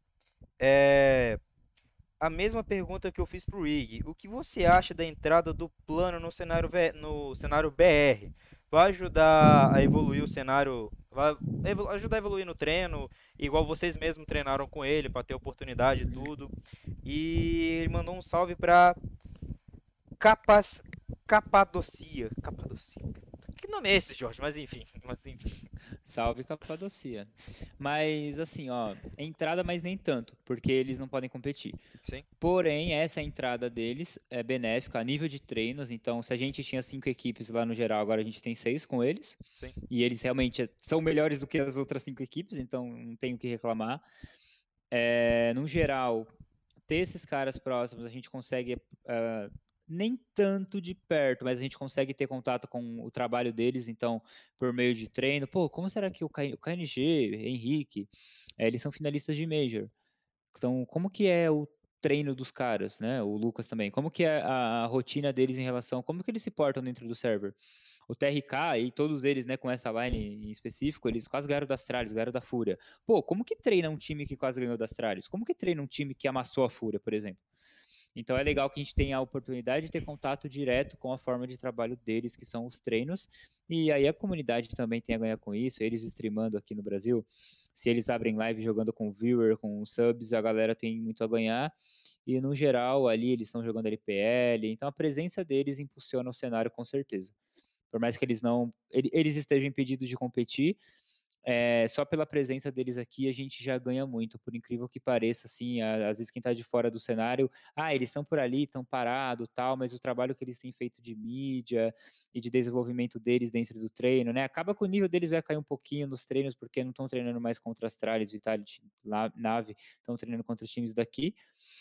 é a mesma pergunta que eu fiz pro Ig. O que você acha da entrada do plano no cenário, no cenário BR? Vai ajudar a evoluir o cenário? Vai ajudar a evoluir no treino? Igual vocês mesmos treinaram com ele para ter oportunidade e Uhum. tudo. E ele mandou um salve para Capas, Capadocia. Capadocia. Que nome é esse, Jorge? Mas enfim, mas enfim. Salve Capadocia. Mas assim, ó, entrada, mas nem tanto, porque eles não podem competir. Sim, Porém, essa entrada deles é benéfica a nível de treinos. Então, se a gente tinha 5 equipes lá no geral, agora a gente tem 6 com eles. sim. E eles realmente são melhores do que as outras 5 equipes, então não tenho o que reclamar. No geral, ter esses caras próximos, a gente consegue, nem tanto de perto, mas a gente consegue ter contato com o trabalho deles, então, por meio de treino. Pô, como será que o KNG, Henrique, eles são finalistas de Major? Então, como que é o treino dos caras, né? O Lucas também. Como que é a rotina deles em relação, como que eles se portam dentro do server? O TRK e todos eles, né, com essa line em específico, eles quase ganharam da Astralis, ganharam da Fúria. Pô, como que treina um time que quase ganhou da Astralis? Como que treina um time que amassou a Fúria, por exemplo? Então é legal que a gente tenha a oportunidade de ter contato direto com a forma de trabalho deles, que são os treinos, e aí a comunidade também tem a ganhar com isso, eles streamando aqui no Brasil, se eles abrem live jogando com viewer, com subs, a galera tem muito a ganhar, e no geral ali eles estão jogando LPL, então a presença deles impulsiona o cenário com certeza. Por mais que eles não, eles estejam impedidos de competir, só pela presença deles aqui a gente já ganha muito, por incrível que pareça, assim, às vezes quem está de fora do cenário, eles estão por ali, estão parados, tal, mas o trabalho que eles têm feito de mídia e de desenvolvimento deles dentro do treino, né, acaba que o nível deles vai cair um pouquinho nos treinos, porque não estão treinando mais contra Astralis, Vitality, Nave, estão treinando contra os times daqui,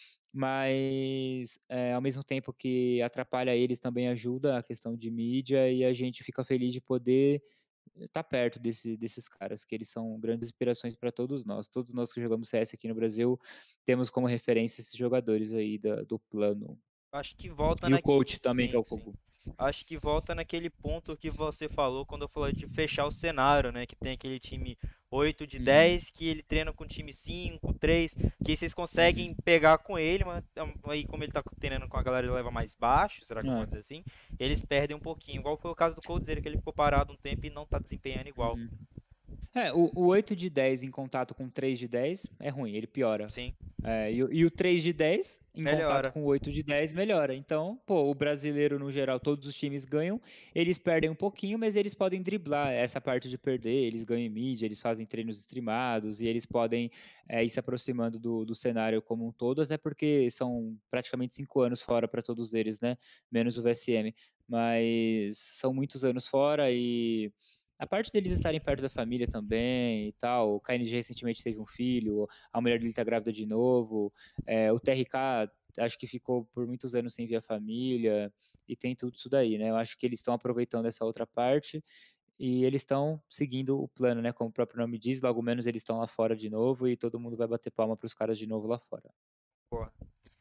mas ao mesmo tempo que atrapalha eles, também ajuda a questão de mídia e a gente fica feliz de poder estar perto desses caras, que eles são grandes inspirações para todos nós. Todos nós que jogamos CS aqui no Brasil temos como referência esses jogadores aí do plano. Acho que volta E o naquele. coach também, que é Sim, o sim. Kogu. Acho que volta naquele ponto que você falou quando eu falei de fechar o cenário, né? Que tem aquele time 8 de Uhum, 10 que ele treina com time 5 3 que aí vocês conseguem uhum. pegar com ele, mas aí como ele tá treinando com a galera de leva mais baixo, será que eu posso É, dizer assim? Eles perdem um pouquinho, igual foi o caso do Coldzera, que ele ficou parado um tempo e não tá desempenhando igual. uhum. O 8 de 10 em contato com 3 de 10 é ruim, ele piora. Sim, E o 3 de 10 em contato melhora. com o 8 de 10 melhora. Então, pô, o brasileiro, no geral, todos os times ganham, eles perdem um pouquinho, mas eles podem driblar essa parte de perder, eles ganham em mídia, eles fazem treinos streamados e eles podem ir se aproximando do cenário como um todo, até porque são praticamente 5 anos fora para todos eles, né? Menos o VSM. Mas são muitos anos fora e a parte deles estarem perto da família também e tal. O KNG recentemente teve um filho, a mulher dele tá grávida de novo. O TRK acho que ficou por muitos anos sem ver a família e tem tudo isso daí, né? Eu acho que eles estão aproveitando essa outra parte e eles estão seguindo o plano, né? Como o próprio nome diz, logo menos eles estão lá fora de novo e todo mundo vai bater palma para os caras de novo lá fora. Porra.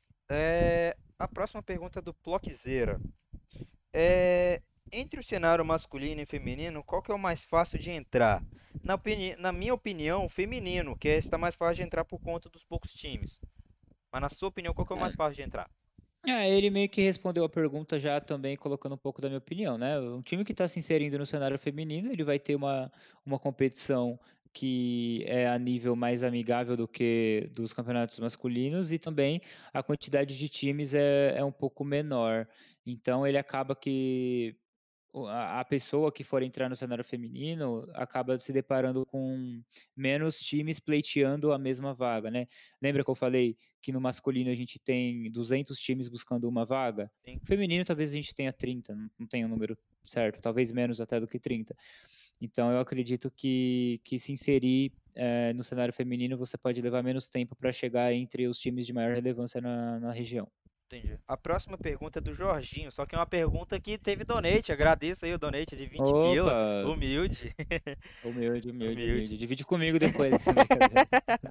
A próxima pergunta é do Plockzeira. É, entre o cenário masculino e feminino, qual que é o mais fácil de entrar? Na minha opinião, o feminino, que está mais fácil de entrar por conta dos poucos times. Mas na sua opinião, qual que é o mais fácil de entrar? Ele meio que respondeu a pergunta já também colocando um pouco da minha opinião, né? Um time que está se inserindo no cenário feminino, ele vai ter uma competição que é a nível mais amigável do que dos campeonatos masculinos e também a quantidade de times é um pouco menor. Então ele acaba que a pessoa que for entrar no cenário feminino acaba se deparando com menos times pleiteando a mesma vaga, né? Lembra que eu falei que no masculino a gente tem 200 times buscando uma vaga? Sim, No feminino talvez a gente tenha 30, não tenha o número certo, talvez menos até do que 30. Então eu acredito que se inserir no cenário feminino você pode levar menos tempo para chegar entre os times de maior relevância na região. entendi. A próxima pergunta é do Jorginho, só que é uma pergunta que teve donate. Agradeço aí o donate de 20 pila. Opa! Humilde. Humilde, humilde, Humilde. humilde. Divide comigo depois. Brincadeira.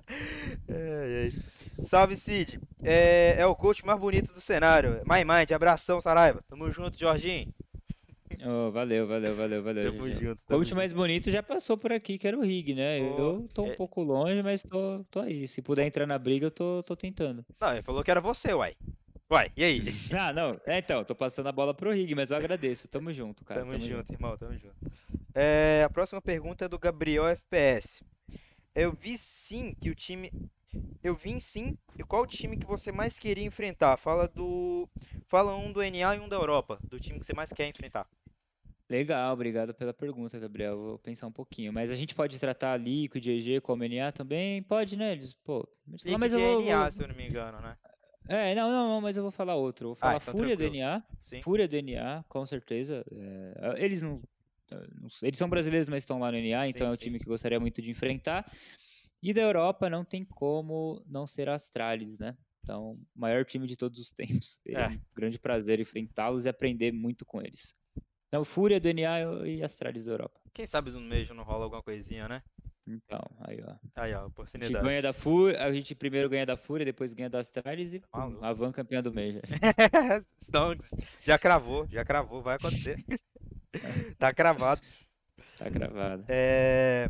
Ai, ai. Salve, Cid. É o coach mais bonito do cenário. My Mind, abração, Saraiva. Tamo junto, Jorginho. Oh, valeu, valeu, valeu, valeu, Tamo Julião. junto, O tamo coach junto. mais bonito já passou por aqui, que era o Rig, né? Ô, Eu tô um é, pouco longe, mas tô aí. Se puder pô, entrar na briga, eu tô tentando. não, ele falou que era você, uai. Uai, e aí? Ah, não. Então, tô passando a bola pro Rig, mas eu agradeço. Tamo junto, cara. Tamo Tamo junto, junto. irmão, tamo junto. A próxima pergunta é do Gabriel FPS. Eu vi sim que o time. Eu vi sim. E qual o time que você mais queria enfrentar? Fala um do NA e um da Europa. Do time que você mais quer enfrentar. Legal, obrigado pela pergunta, Gabriel. Vou pensar um pouquinho. Mas a gente pode tratar a Liquid, EG como NA também? Pode, né? Pô, mas Liquid eu é vou, NA, vou- se eu não me engano, né? Não, não, não, mas eu vou falar outro. Eu vou Ah, falar então Fúria tranquilo. DNA. Sim. Fúria DNA, com certeza. Eles eles são brasileiros, mas estão lá no NA, então Sim, é um sim. time que eu gostaria muito de enfrentar. E da Europa não tem como não ser Astralis, né? Então, o maior time de todos os tempos. Seria É. um grande prazer enfrentá-los e aprender muito com eles. Então, Fúria do NA e Astralis da Europa. Quem sabe no meio não rola alguma coisinha, né? Então, aí, ó. Aí, ó, A gente ganha oportunidade. da Fúria, a gente primeiro ganha da Fúria, depois ganha da Astralis e Tá pum, maluco. a Van campeã do Major. Stonks. Já cravou, vai acontecer. Tá cravado. Tá cravado. É...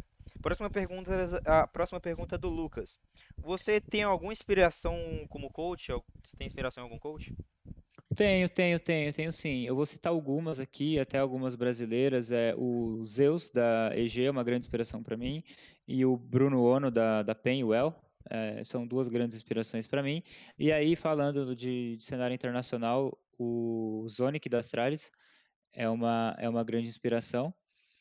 A próxima pergunta é do Lucas. Você tem alguma inspiração como coach? Você tem inspiração em algum coach? Tenho sim. Eu vou citar algumas aqui, até algumas brasileiras. O Zeus da EG é uma grande inspiração para mim, e o Bruno Ono da Painwell. São duas grandes inspirações para mim. E aí, falando de cenário internacional, o Zonic da Astralis é uma grande inspiração.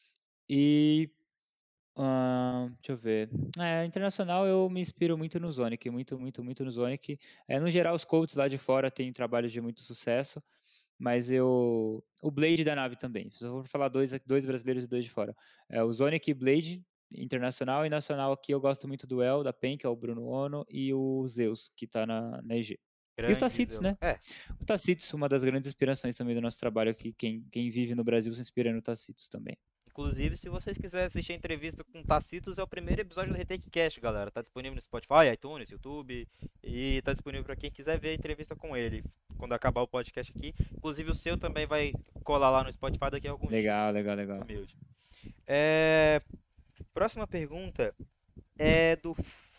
E deixa eu ver. Internacional eu me inspiro muito no Zonic, muito, muito, muito no Zonic. No geral, os coaches lá de fora têm trabalhos de muito sucesso. Mas o Blade da nave também. Só vou falar dois brasileiros e dois de fora. O Zonic e Blade, internacional, e nacional aqui eu gosto muito do El, da PEN, que é o Bruno Ono, e o Zeus, que está na EG. E o Grande Tacitus, Zeus. né? O Tacitus, uma das grandes inspirações também do nosso trabalho aqui. Quem vive no Brasil se inspira no Tacitus também. Inclusive, se vocês quiserem assistir a entrevista com Tacitus, é o primeiro episódio do Retake Cast, galera. Tá disponível no Spotify, iTunes, YouTube. E tá disponível para quem quiser ver a entrevista com ele quando acabar o podcast aqui. Inclusive, o seu também vai colar lá no Spotify daqui a alguns dias. Legal, legal, legal. Humilde. É... Próxima pergunta é do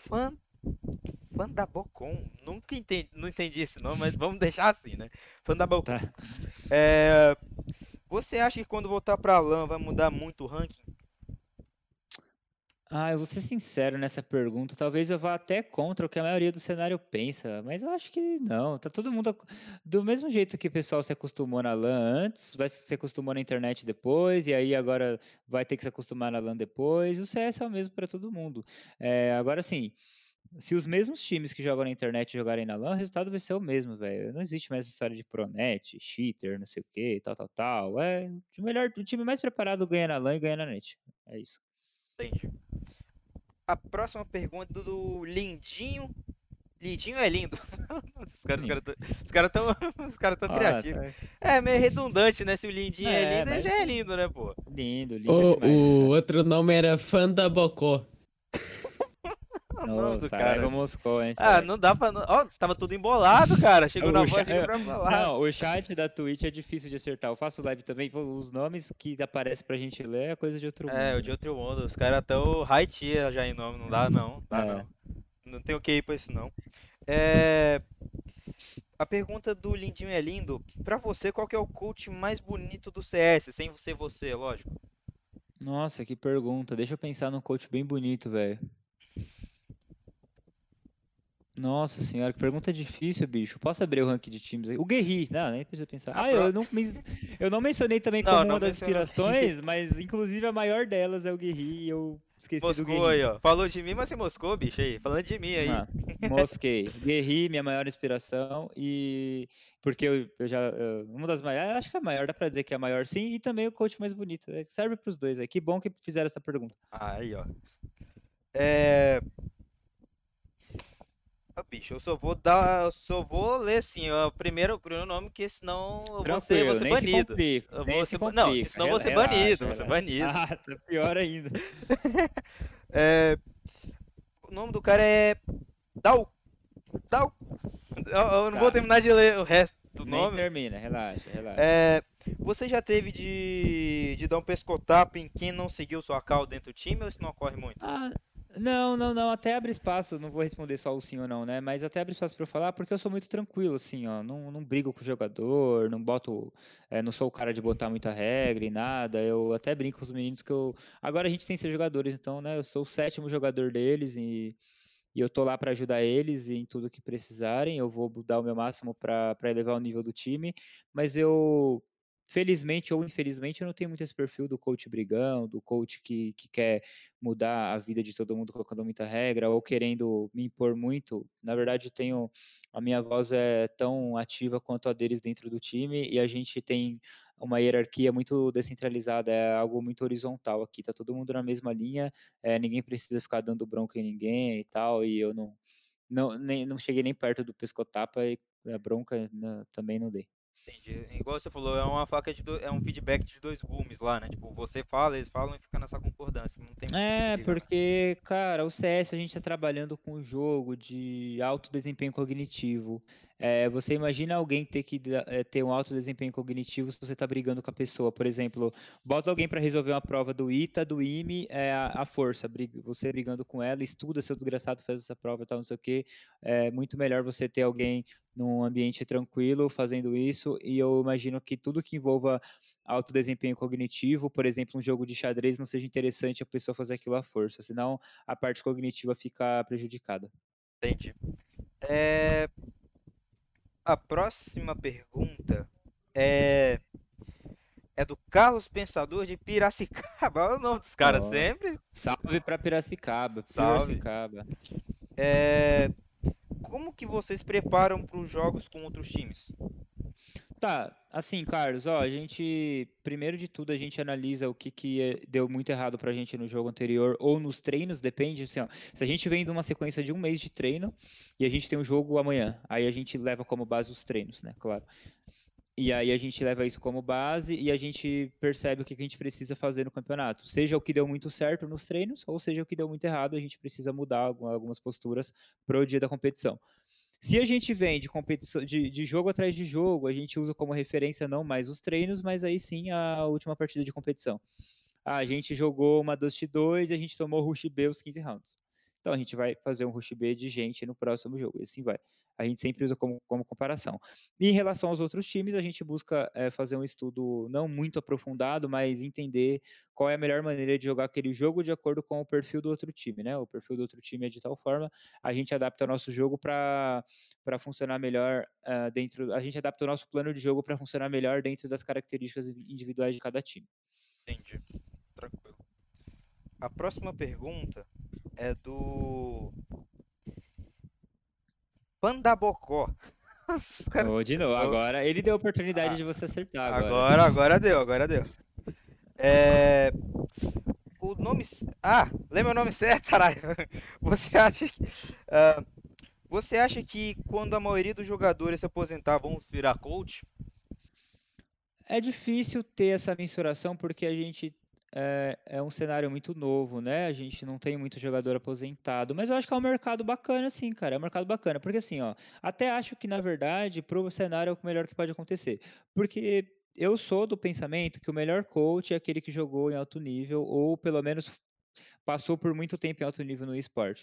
Fandabocon. Nunca entendi, não entendi esse nome, mas vamos deixar assim, né? Fandabocon. Tá. É... Você acha que quando voltar pra LAN vai mudar muito o ranking? Ah, eu vou ser sincero nessa pergunta. Talvez eu vá até contra o que a maioria do cenário pensa, mas eu acho que não. Tá todo mundo do mesmo jeito que o pessoal se acostumou na LAN antes, vai se acostumou na internet depois, e aí agora vai ter que se acostumar na LAN depois. O CS é o mesmo para todo mundo. Agora sim, se os mesmos times que jogam na internet jogarem na LAN, o resultado vai ser o mesmo, velho. Não existe mais essa história de Pronet, cheater, não sei o que, tal, tal, tal. O time mais preparado ganha na LAN e ganha na net. É isso. Entendi. A próxima pergunta do Lindinho. Lindinho é lindo. Sim. Os cara tão, os cara tão Ah, criativos. tá. É meio redundante, né? Se o Lindinho é lindo, ele Mas já é lindo, né, pô? lindo, lindo demais. O outro nome era Fanda Bocó. O nome Ô, do cara Saraiva ali. Moscou, hein, Ah, Saraiva. não dá pra. Ó, tava tudo embolado, cara. Chegou na O voz, cha- chegou pra embolar. Não, o chat da Twitch é difícil de acertar. Eu faço live também, pô, os nomes que aparecem pra gente ler é coisa de outro É, o mundo, de velho. outro mundo. Os caras tão high tier já em nome. Não dá, não. Dá, É. não. Não tem o que ir pra isso, não. É. A pergunta do Lindinho é lindo. Pra você, qual que é o coach mais bonito do CS? Sem ser você, lógico. Nossa, que pergunta. Deixa eu pensar num coach bem bonito, velho. Nossa senhora, que pergunta difícil, bicho. Posso abrir o ranking de times aí? O Guerri, não, nem precisa pensar. A pro... Eu não mencionei também Não, como não uma das mencionou. inspirações, mas inclusive a maior delas é o Guerri e eu esqueci do Moscou Guerri. aí, ó. Falou de mim, mas você moscou, bicho aí. Falando de mim aí. Ah, mosquei. Guerri, minha maior inspiração, e porque uma das maiores, acho que é a maior, dá pra dizer que é a maior sim, e também o coach mais bonito. Serve pros dois aí. Que bom que fizeram essa pergunta. Aí, ó. É. Ó, bicho, eu só vou dar. Eu só vou ler assim, ó, o primeiro nome, porque senão vou Tranquilo, ser nem se banido. complica, Eu nem vou se ser. Não, que complica. senão eu vou ser Relaxa, banido, vou ser relaxa. banido. Ah, tá pior ainda. É, o nome do cara é. Dal. Dal. Eu não vou Tá, terminar de ler o resto do nem nome. termina, relaxa, relaxa. É, você já teve de dar um pescotapo em quem não seguiu sua call dentro do time ou isso não ocorre muito? Ah, não, não, não, até abre espaço, não vou responder só o sim ou não, né? Mas até abre espaço pra eu falar, porque eu sou muito tranquilo, assim, ó. Não brigo com o jogador, não boto, não sou o cara de botar muita regra e nada. Eu até brinco com os meninos que eu. Agora a gente tem seis jogadores, então, né? Eu sou o sétimo jogador deles e eu tô lá para ajudar eles em tudo que precisarem. Eu vou dar o meu máximo para elevar o nível do time, mas eu, felizmente ou infelizmente, eu não tenho muito esse perfil do coach brigão, do coach que quer mudar a vida de todo mundo colocando muita regra ou querendo me impor muito. Na verdade, eu tenho a minha voz é tão ativa quanto a deles dentro do time e a gente tem uma hierarquia muito descentralizada, é algo muito horizontal aqui, tá todo mundo na mesma linha, ninguém precisa ficar dando bronca em ninguém e tal, e eu não cheguei nem perto do pescotapa e a bronca também não dei. Entendi. Igual você falou, é uma faca é um feedback de dois gumes lá, né? Tipo, você fala, eles falam e fica nessa concordância. Não tem muito de briga, né? Porque, cara, o CS a gente está trabalhando com um jogo de alto desempenho cognitivo. Você imagina alguém ter que ter um alto desempenho cognitivo se você está brigando com a pessoa. Por exemplo, bota alguém para resolver uma prova do ITA, do IME, a força. Você brigando com ela, estuda, seu desgraçado faz essa prova e tal, não sei o quê. É muito melhor você ter alguém num ambiente tranquilo fazendo isso. E eu imagino que tudo que envolva alto desempenho cognitivo, por exemplo, um jogo de xadrez não seja interessante a pessoa fazer aquilo à força, senão a parte cognitiva fica prejudicada. Entendi. É, a próxima pergunta é, é do Carlos Pensador de Piracicaba. Olha o nome dos caras Ó, sempre. salve para Piracicaba, Salve. Piracicaba. É, como que vocês preparam para os jogos com outros times? Tá, assim, Carlos, ó, a gente, primeiro de tudo, a gente analisa o que deu muito errado pra gente no jogo anterior ou nos treinos, depende, assim, ó, se a gente vem de uma sequência de um mês de treino e a gente tem um jogo amanhã, aí a gente leva como base os treinos, né, claro. E aí a gente leva isso como base e a gente percebe o que a gente precisa fazer no campeonato. Seja o que deu muito certo nos treinos, ou seja o que deu muito errado, a gente precisa mudar algumas posturas para o dia da competição. Se a gente vem de competição, de jogo atrás de jogo, a gente usa como referência não mais os treinos, mas aí sim a última partida de competição. A gente jogou uma Dust 2 e a gente tomou Rush B os 15 rounds. Então a gente vai fazer um rush B de gente no próximo jogo, e assim vai. A gente sempre usa como comparação. E em relação aos outros times, a gente busca fazer um estudo não muito aprofundado, mas entender qual é a melhor maneira de jogar aquele jogo de acordo com o perfil do outro time, né? O perfil do outro time é de tal forma, a gente adapta o nosso jogo para funcionar melhor dentro. A gente adapta o nosso plano de jogo para funcionar melhor dentro das características individuais de cada time. Entendi. Tranquilo. A próxima pergunta é do Pandabocó. Os caras- De novo, Ô, agora ele deu a oportunidade a- de você acertar agora. agora deu. É, o nome. Lembra o nome certo, Saraiva? Você acha que. ah, Você acha que quando a maioria dos jogadores se aposentar vão virar coach? É difícil ter essa mensuração porque a gente é um cenário muito novo, né? A gente não tem muito jogador aposentado, mas eu acho que é um mercado bacana, sim, cara. É um mercado bacana, porque assim, ó, até acho que na verdade pro cenário é o melhor que pode acontecer, porque eu sou do pensamento que o melhor coach é aquele que jogou em alto nível ou pelo menos passou por muito tempo em alto nível no esporte.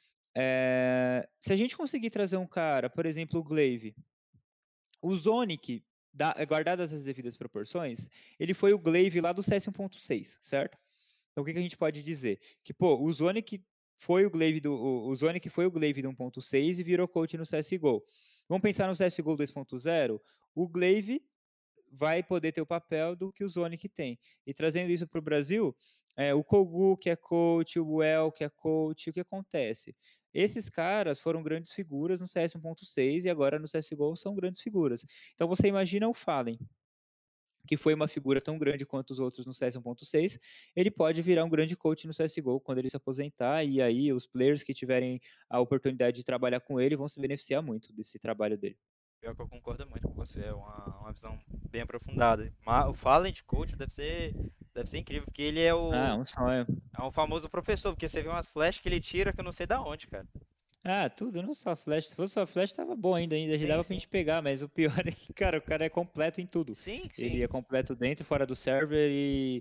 Se a gente conseguir trazer um cara, por exemplo, o Glaive, o Zonic, guardadas as devidas proporções, ele foi o Glaive lá do CS 1.6, certo? Então o que a gente pode dizer? Que, pô, o Zonic foi o Glaive o Zonic foi o Glaive do 1.6 e virou coach no CSGO. Vamos pensar no CSGO 2.0? O Glaive vai poder ter o papel do que o Zonic tem. E trazendo isso para o Brasil, o Kogu, que é coach, o Well, que é coach, o que acontece? Esses caras foram grandes figuras no CS 1.6 e agora no CSGO são grandes figuras. Então você imagina o Fallen, que foi uma figura tão grande quanto os outros no CS 1.6, ele pode virar um grande coach no CSGO quando ele se aposentar, e aí os players que tiverem a oportunidade de trabalhar com ele vão se beneficiar muito desse trabalho dele. Pior que eu concordo muito com você, é uma visão bem aprofundada. Mas o Fallen de coach deve ser incrível, porque ele é Ah, o, um sonho. é um famoso professor, porque você vê umas flashes que ele tira que eu não sei da onde, cara. Ah, tudo, não só Flash. Se fosse só Flash, tava bom ainda já Sim, dava pra sim. gente pegar, mas o pior é que, cara, o cara é completo em tudo. Sim, sim. Ele é completo dentro e fora do server e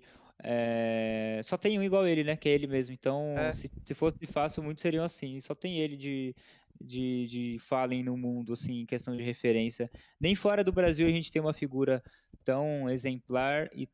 só tem um igual ele, né? Que é ele mesmo. Então, É, se fosse fácil, muitos seriam assim. Só tem ele de Fallen no mundo, assim, em questão de referência. Nem fora do Brasil a gente tem uma figura tão exemplar e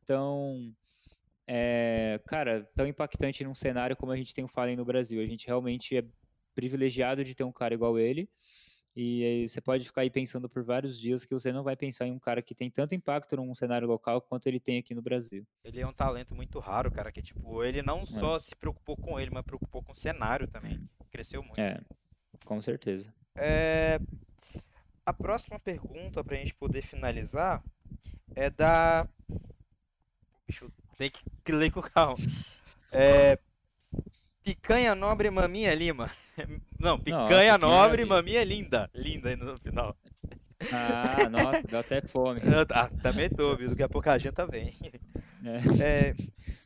cara, tão impactante num cenário como a gente tem o Fallen no Brasil. A gente realmente é privilegiado de ter um cara igual ele. E aí você pode ficar aí pensando por vários dias que você não vai pensar em um cara que tem tanto impacto num cenário local quanto ele tem aqui no Brasil. ele é um talento muito raro, cara, que tipo, ele não É, só se preocupou com ele, mas preocupou com o cenário também. Cresceu muito. é, com certeza. É, a próxima pergunta pra gente poder finalizar é da. Deixa eu ter que ler com calma. É, Picanha Nobre Maminha Lima. Não, Nossa, Picanha que Nobre maravilha. Maminha Linda. Linda ainda no final. Ah, nossa, deu até fome. Também tô, viu? Daqui a pouco a janta vem. É. É,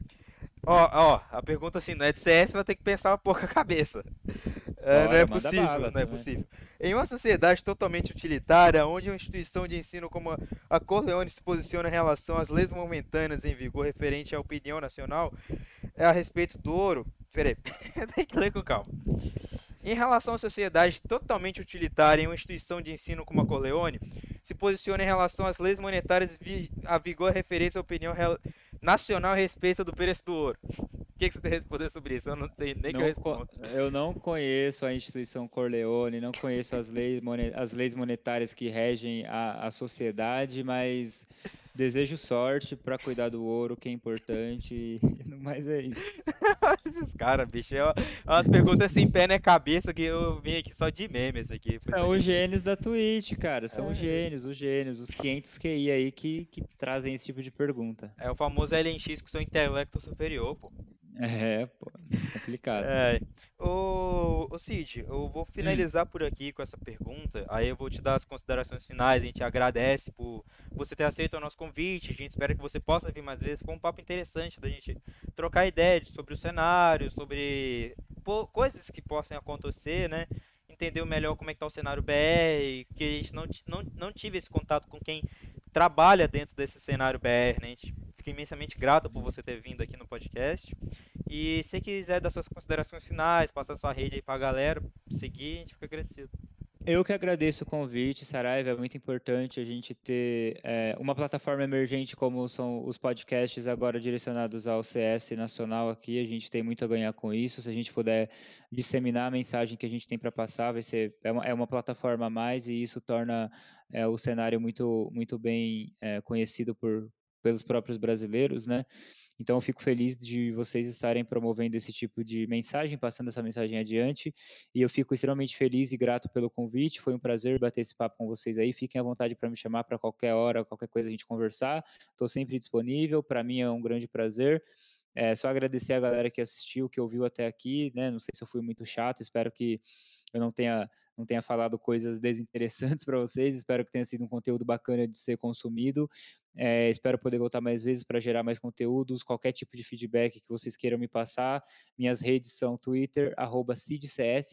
ó, a pergunta assim, não é de CS, vai ter que pensar um pouco a cabeça. Não é Bora, manda possível, bala não é também. possível. Em uma sociedade totalmente utilitária, onde uma instituição de ensino como a Corleone se posiciona em relação às leis momentâneas em vigor referente à opinião nacional, é a respeito do ouro. Peraí, tem que ler com calma. Em relação à sociedade totalmente utilitária em uma instituição de ensino como a Corleone, se posiciona em relação às leis monetárias a vigor referentes à opinião nacional a respeito do preço do ouro. O que você tem a responder sobre isso? Eu não sei nem que eu respondo. Eu não conheço a instituição Corleone, não conheço as leis monetárias que regem a sociedade, mas desejo sorte para cuidar do ouro, que é importante, e no mais é isso. Esses caras, bicho, umas perguntas sem pé na cabeça que eu vim aqui só de memes aqui. Pois a São os gente. gênios da Twitch, cara, são É, os gênios, os 500 QI aí que trazem esse tipo de pergunta. é o famoso LNX com seu intelecto superior, pô. Pô, complicado. É. Ô Cid, eu vou Hum, finalizar por aqui com essa pergunta. Aí eu vou te dar as considerações finais. A gente agradece por você ter aceito o nosso convite. A gente espera que você possa vir mais vezes. Foi um papo interessante da gente trocar ideias sobre o cenário, sobre coisas que possam acontecer, né? Entender melhor como é que tá o cenário BR, que a gente não tive esse contato com quem trabalha dentro desse cenário BR, né? A gente fica imensamente grato por você ter vindo aqui no podcast. E se quiser dar suas considerações finais, passar sua rede aí pra galera, seguir, a gente fica agradecido. Eu que agradeço o convite, Saraiva. É muito importante a gente ter uma plataforma emergente como são os podcasts agora direcionados ao CS nacional aqui. A gente tem muito a ganhar com isso. Se a gente puder disseminar a mensagem que a gente tem para passar, é uma plataforma a mais e isso torna o cenário muito bem conhecido pelos próprios brasileiros, né? Então, eu fico feliz de vocês estarem promovendo esse tipo de mensagem, passando essa mensagem adiante. E eu fico extremamente feliz e grato pelo convite. Foi um prazer bater esse papo com vocês aí. Fiquem à vontade para me chamar para qualquer hora, qualquer coisa a gente conversar. Estou sempre disponível. Para mim é um grande prazer. É só agradecer a galera que assistiu, que ouviu até aqui, né? Não sei se eu fui muito chato, espero que eu não tenha falado coisas desinteressantes para vocês. Espero que tenha sido um conteúdo bacana de ser consumido. Espero poder voltar mais vezes para gerar mais conteúdos. Qualquer tipo de feedback que vocês queiram me passar, minhas redes são Twitter, @SidCS,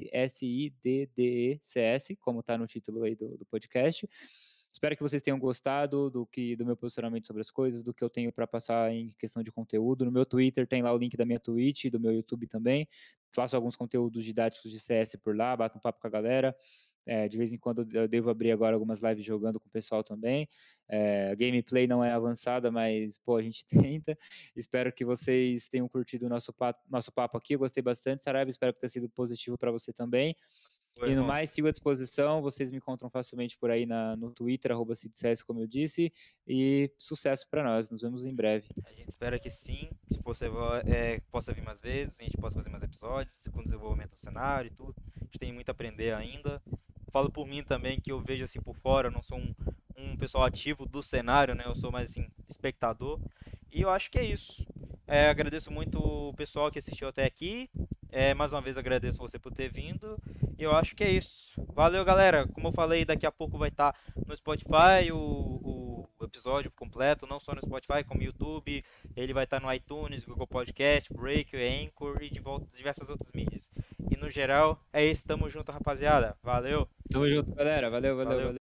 SIDDECS, como está no título aí do podcast. Espero que vocês tenham gostado do meu posicionamento sobre as coisas, do que eu tenho para passar em questão de conteúdo. No meu Twitter tem lá o link da minha Twitch, do meu YouTube também. Faço alguns conteúdos didáticos de CS por lá, bato um papo com a galera. De vez em quando eu devo abrir agora algumas lives jogando com o pessoal também. A gameplay não é avançada, mas pô, a gente tenta. Espero que vocês tenham curtido o nosso papo aqui. Eu gostei bastante, Saraiva. Espero que tenha sido positivo para você também. Ô, E no irmão, mais, sigo à disposição. Vocês me encontram facilmente por aí no Twitter, @CidCS, como eu disse. E sucesso para nós. Nos vemos em breve. a gente espera que sim, se você possa vir mais vezes, a gente possa fazer mais episódios, com desenvolvimento do cenário e tudo. A gente tem muito a aprender ainda. Falo por mim também, que eu vejo assim por fora, eu não sou um pessoal ativo do cenário, né? Eu sou mais assim, espectador. E eu acho que é isso. Agradeço muito o pessoal que assistiu até aqui. Mais uma vez agradeço você por ter vindo. E eu acho que é isso. Valeu, galera. Como eu falei, daqui a pouco vai estar no Spotify o episódio completo, não só no Spotify, como no YouTube. Ele vai estar no iTunes, Google Podcast, Breaker, Anchor e diversas outras mídias. E no geral, é isso. Tamo junto, rapaziada. Valeu. Tamo junto, galera. Valeu, valeu, Valeu. valeu.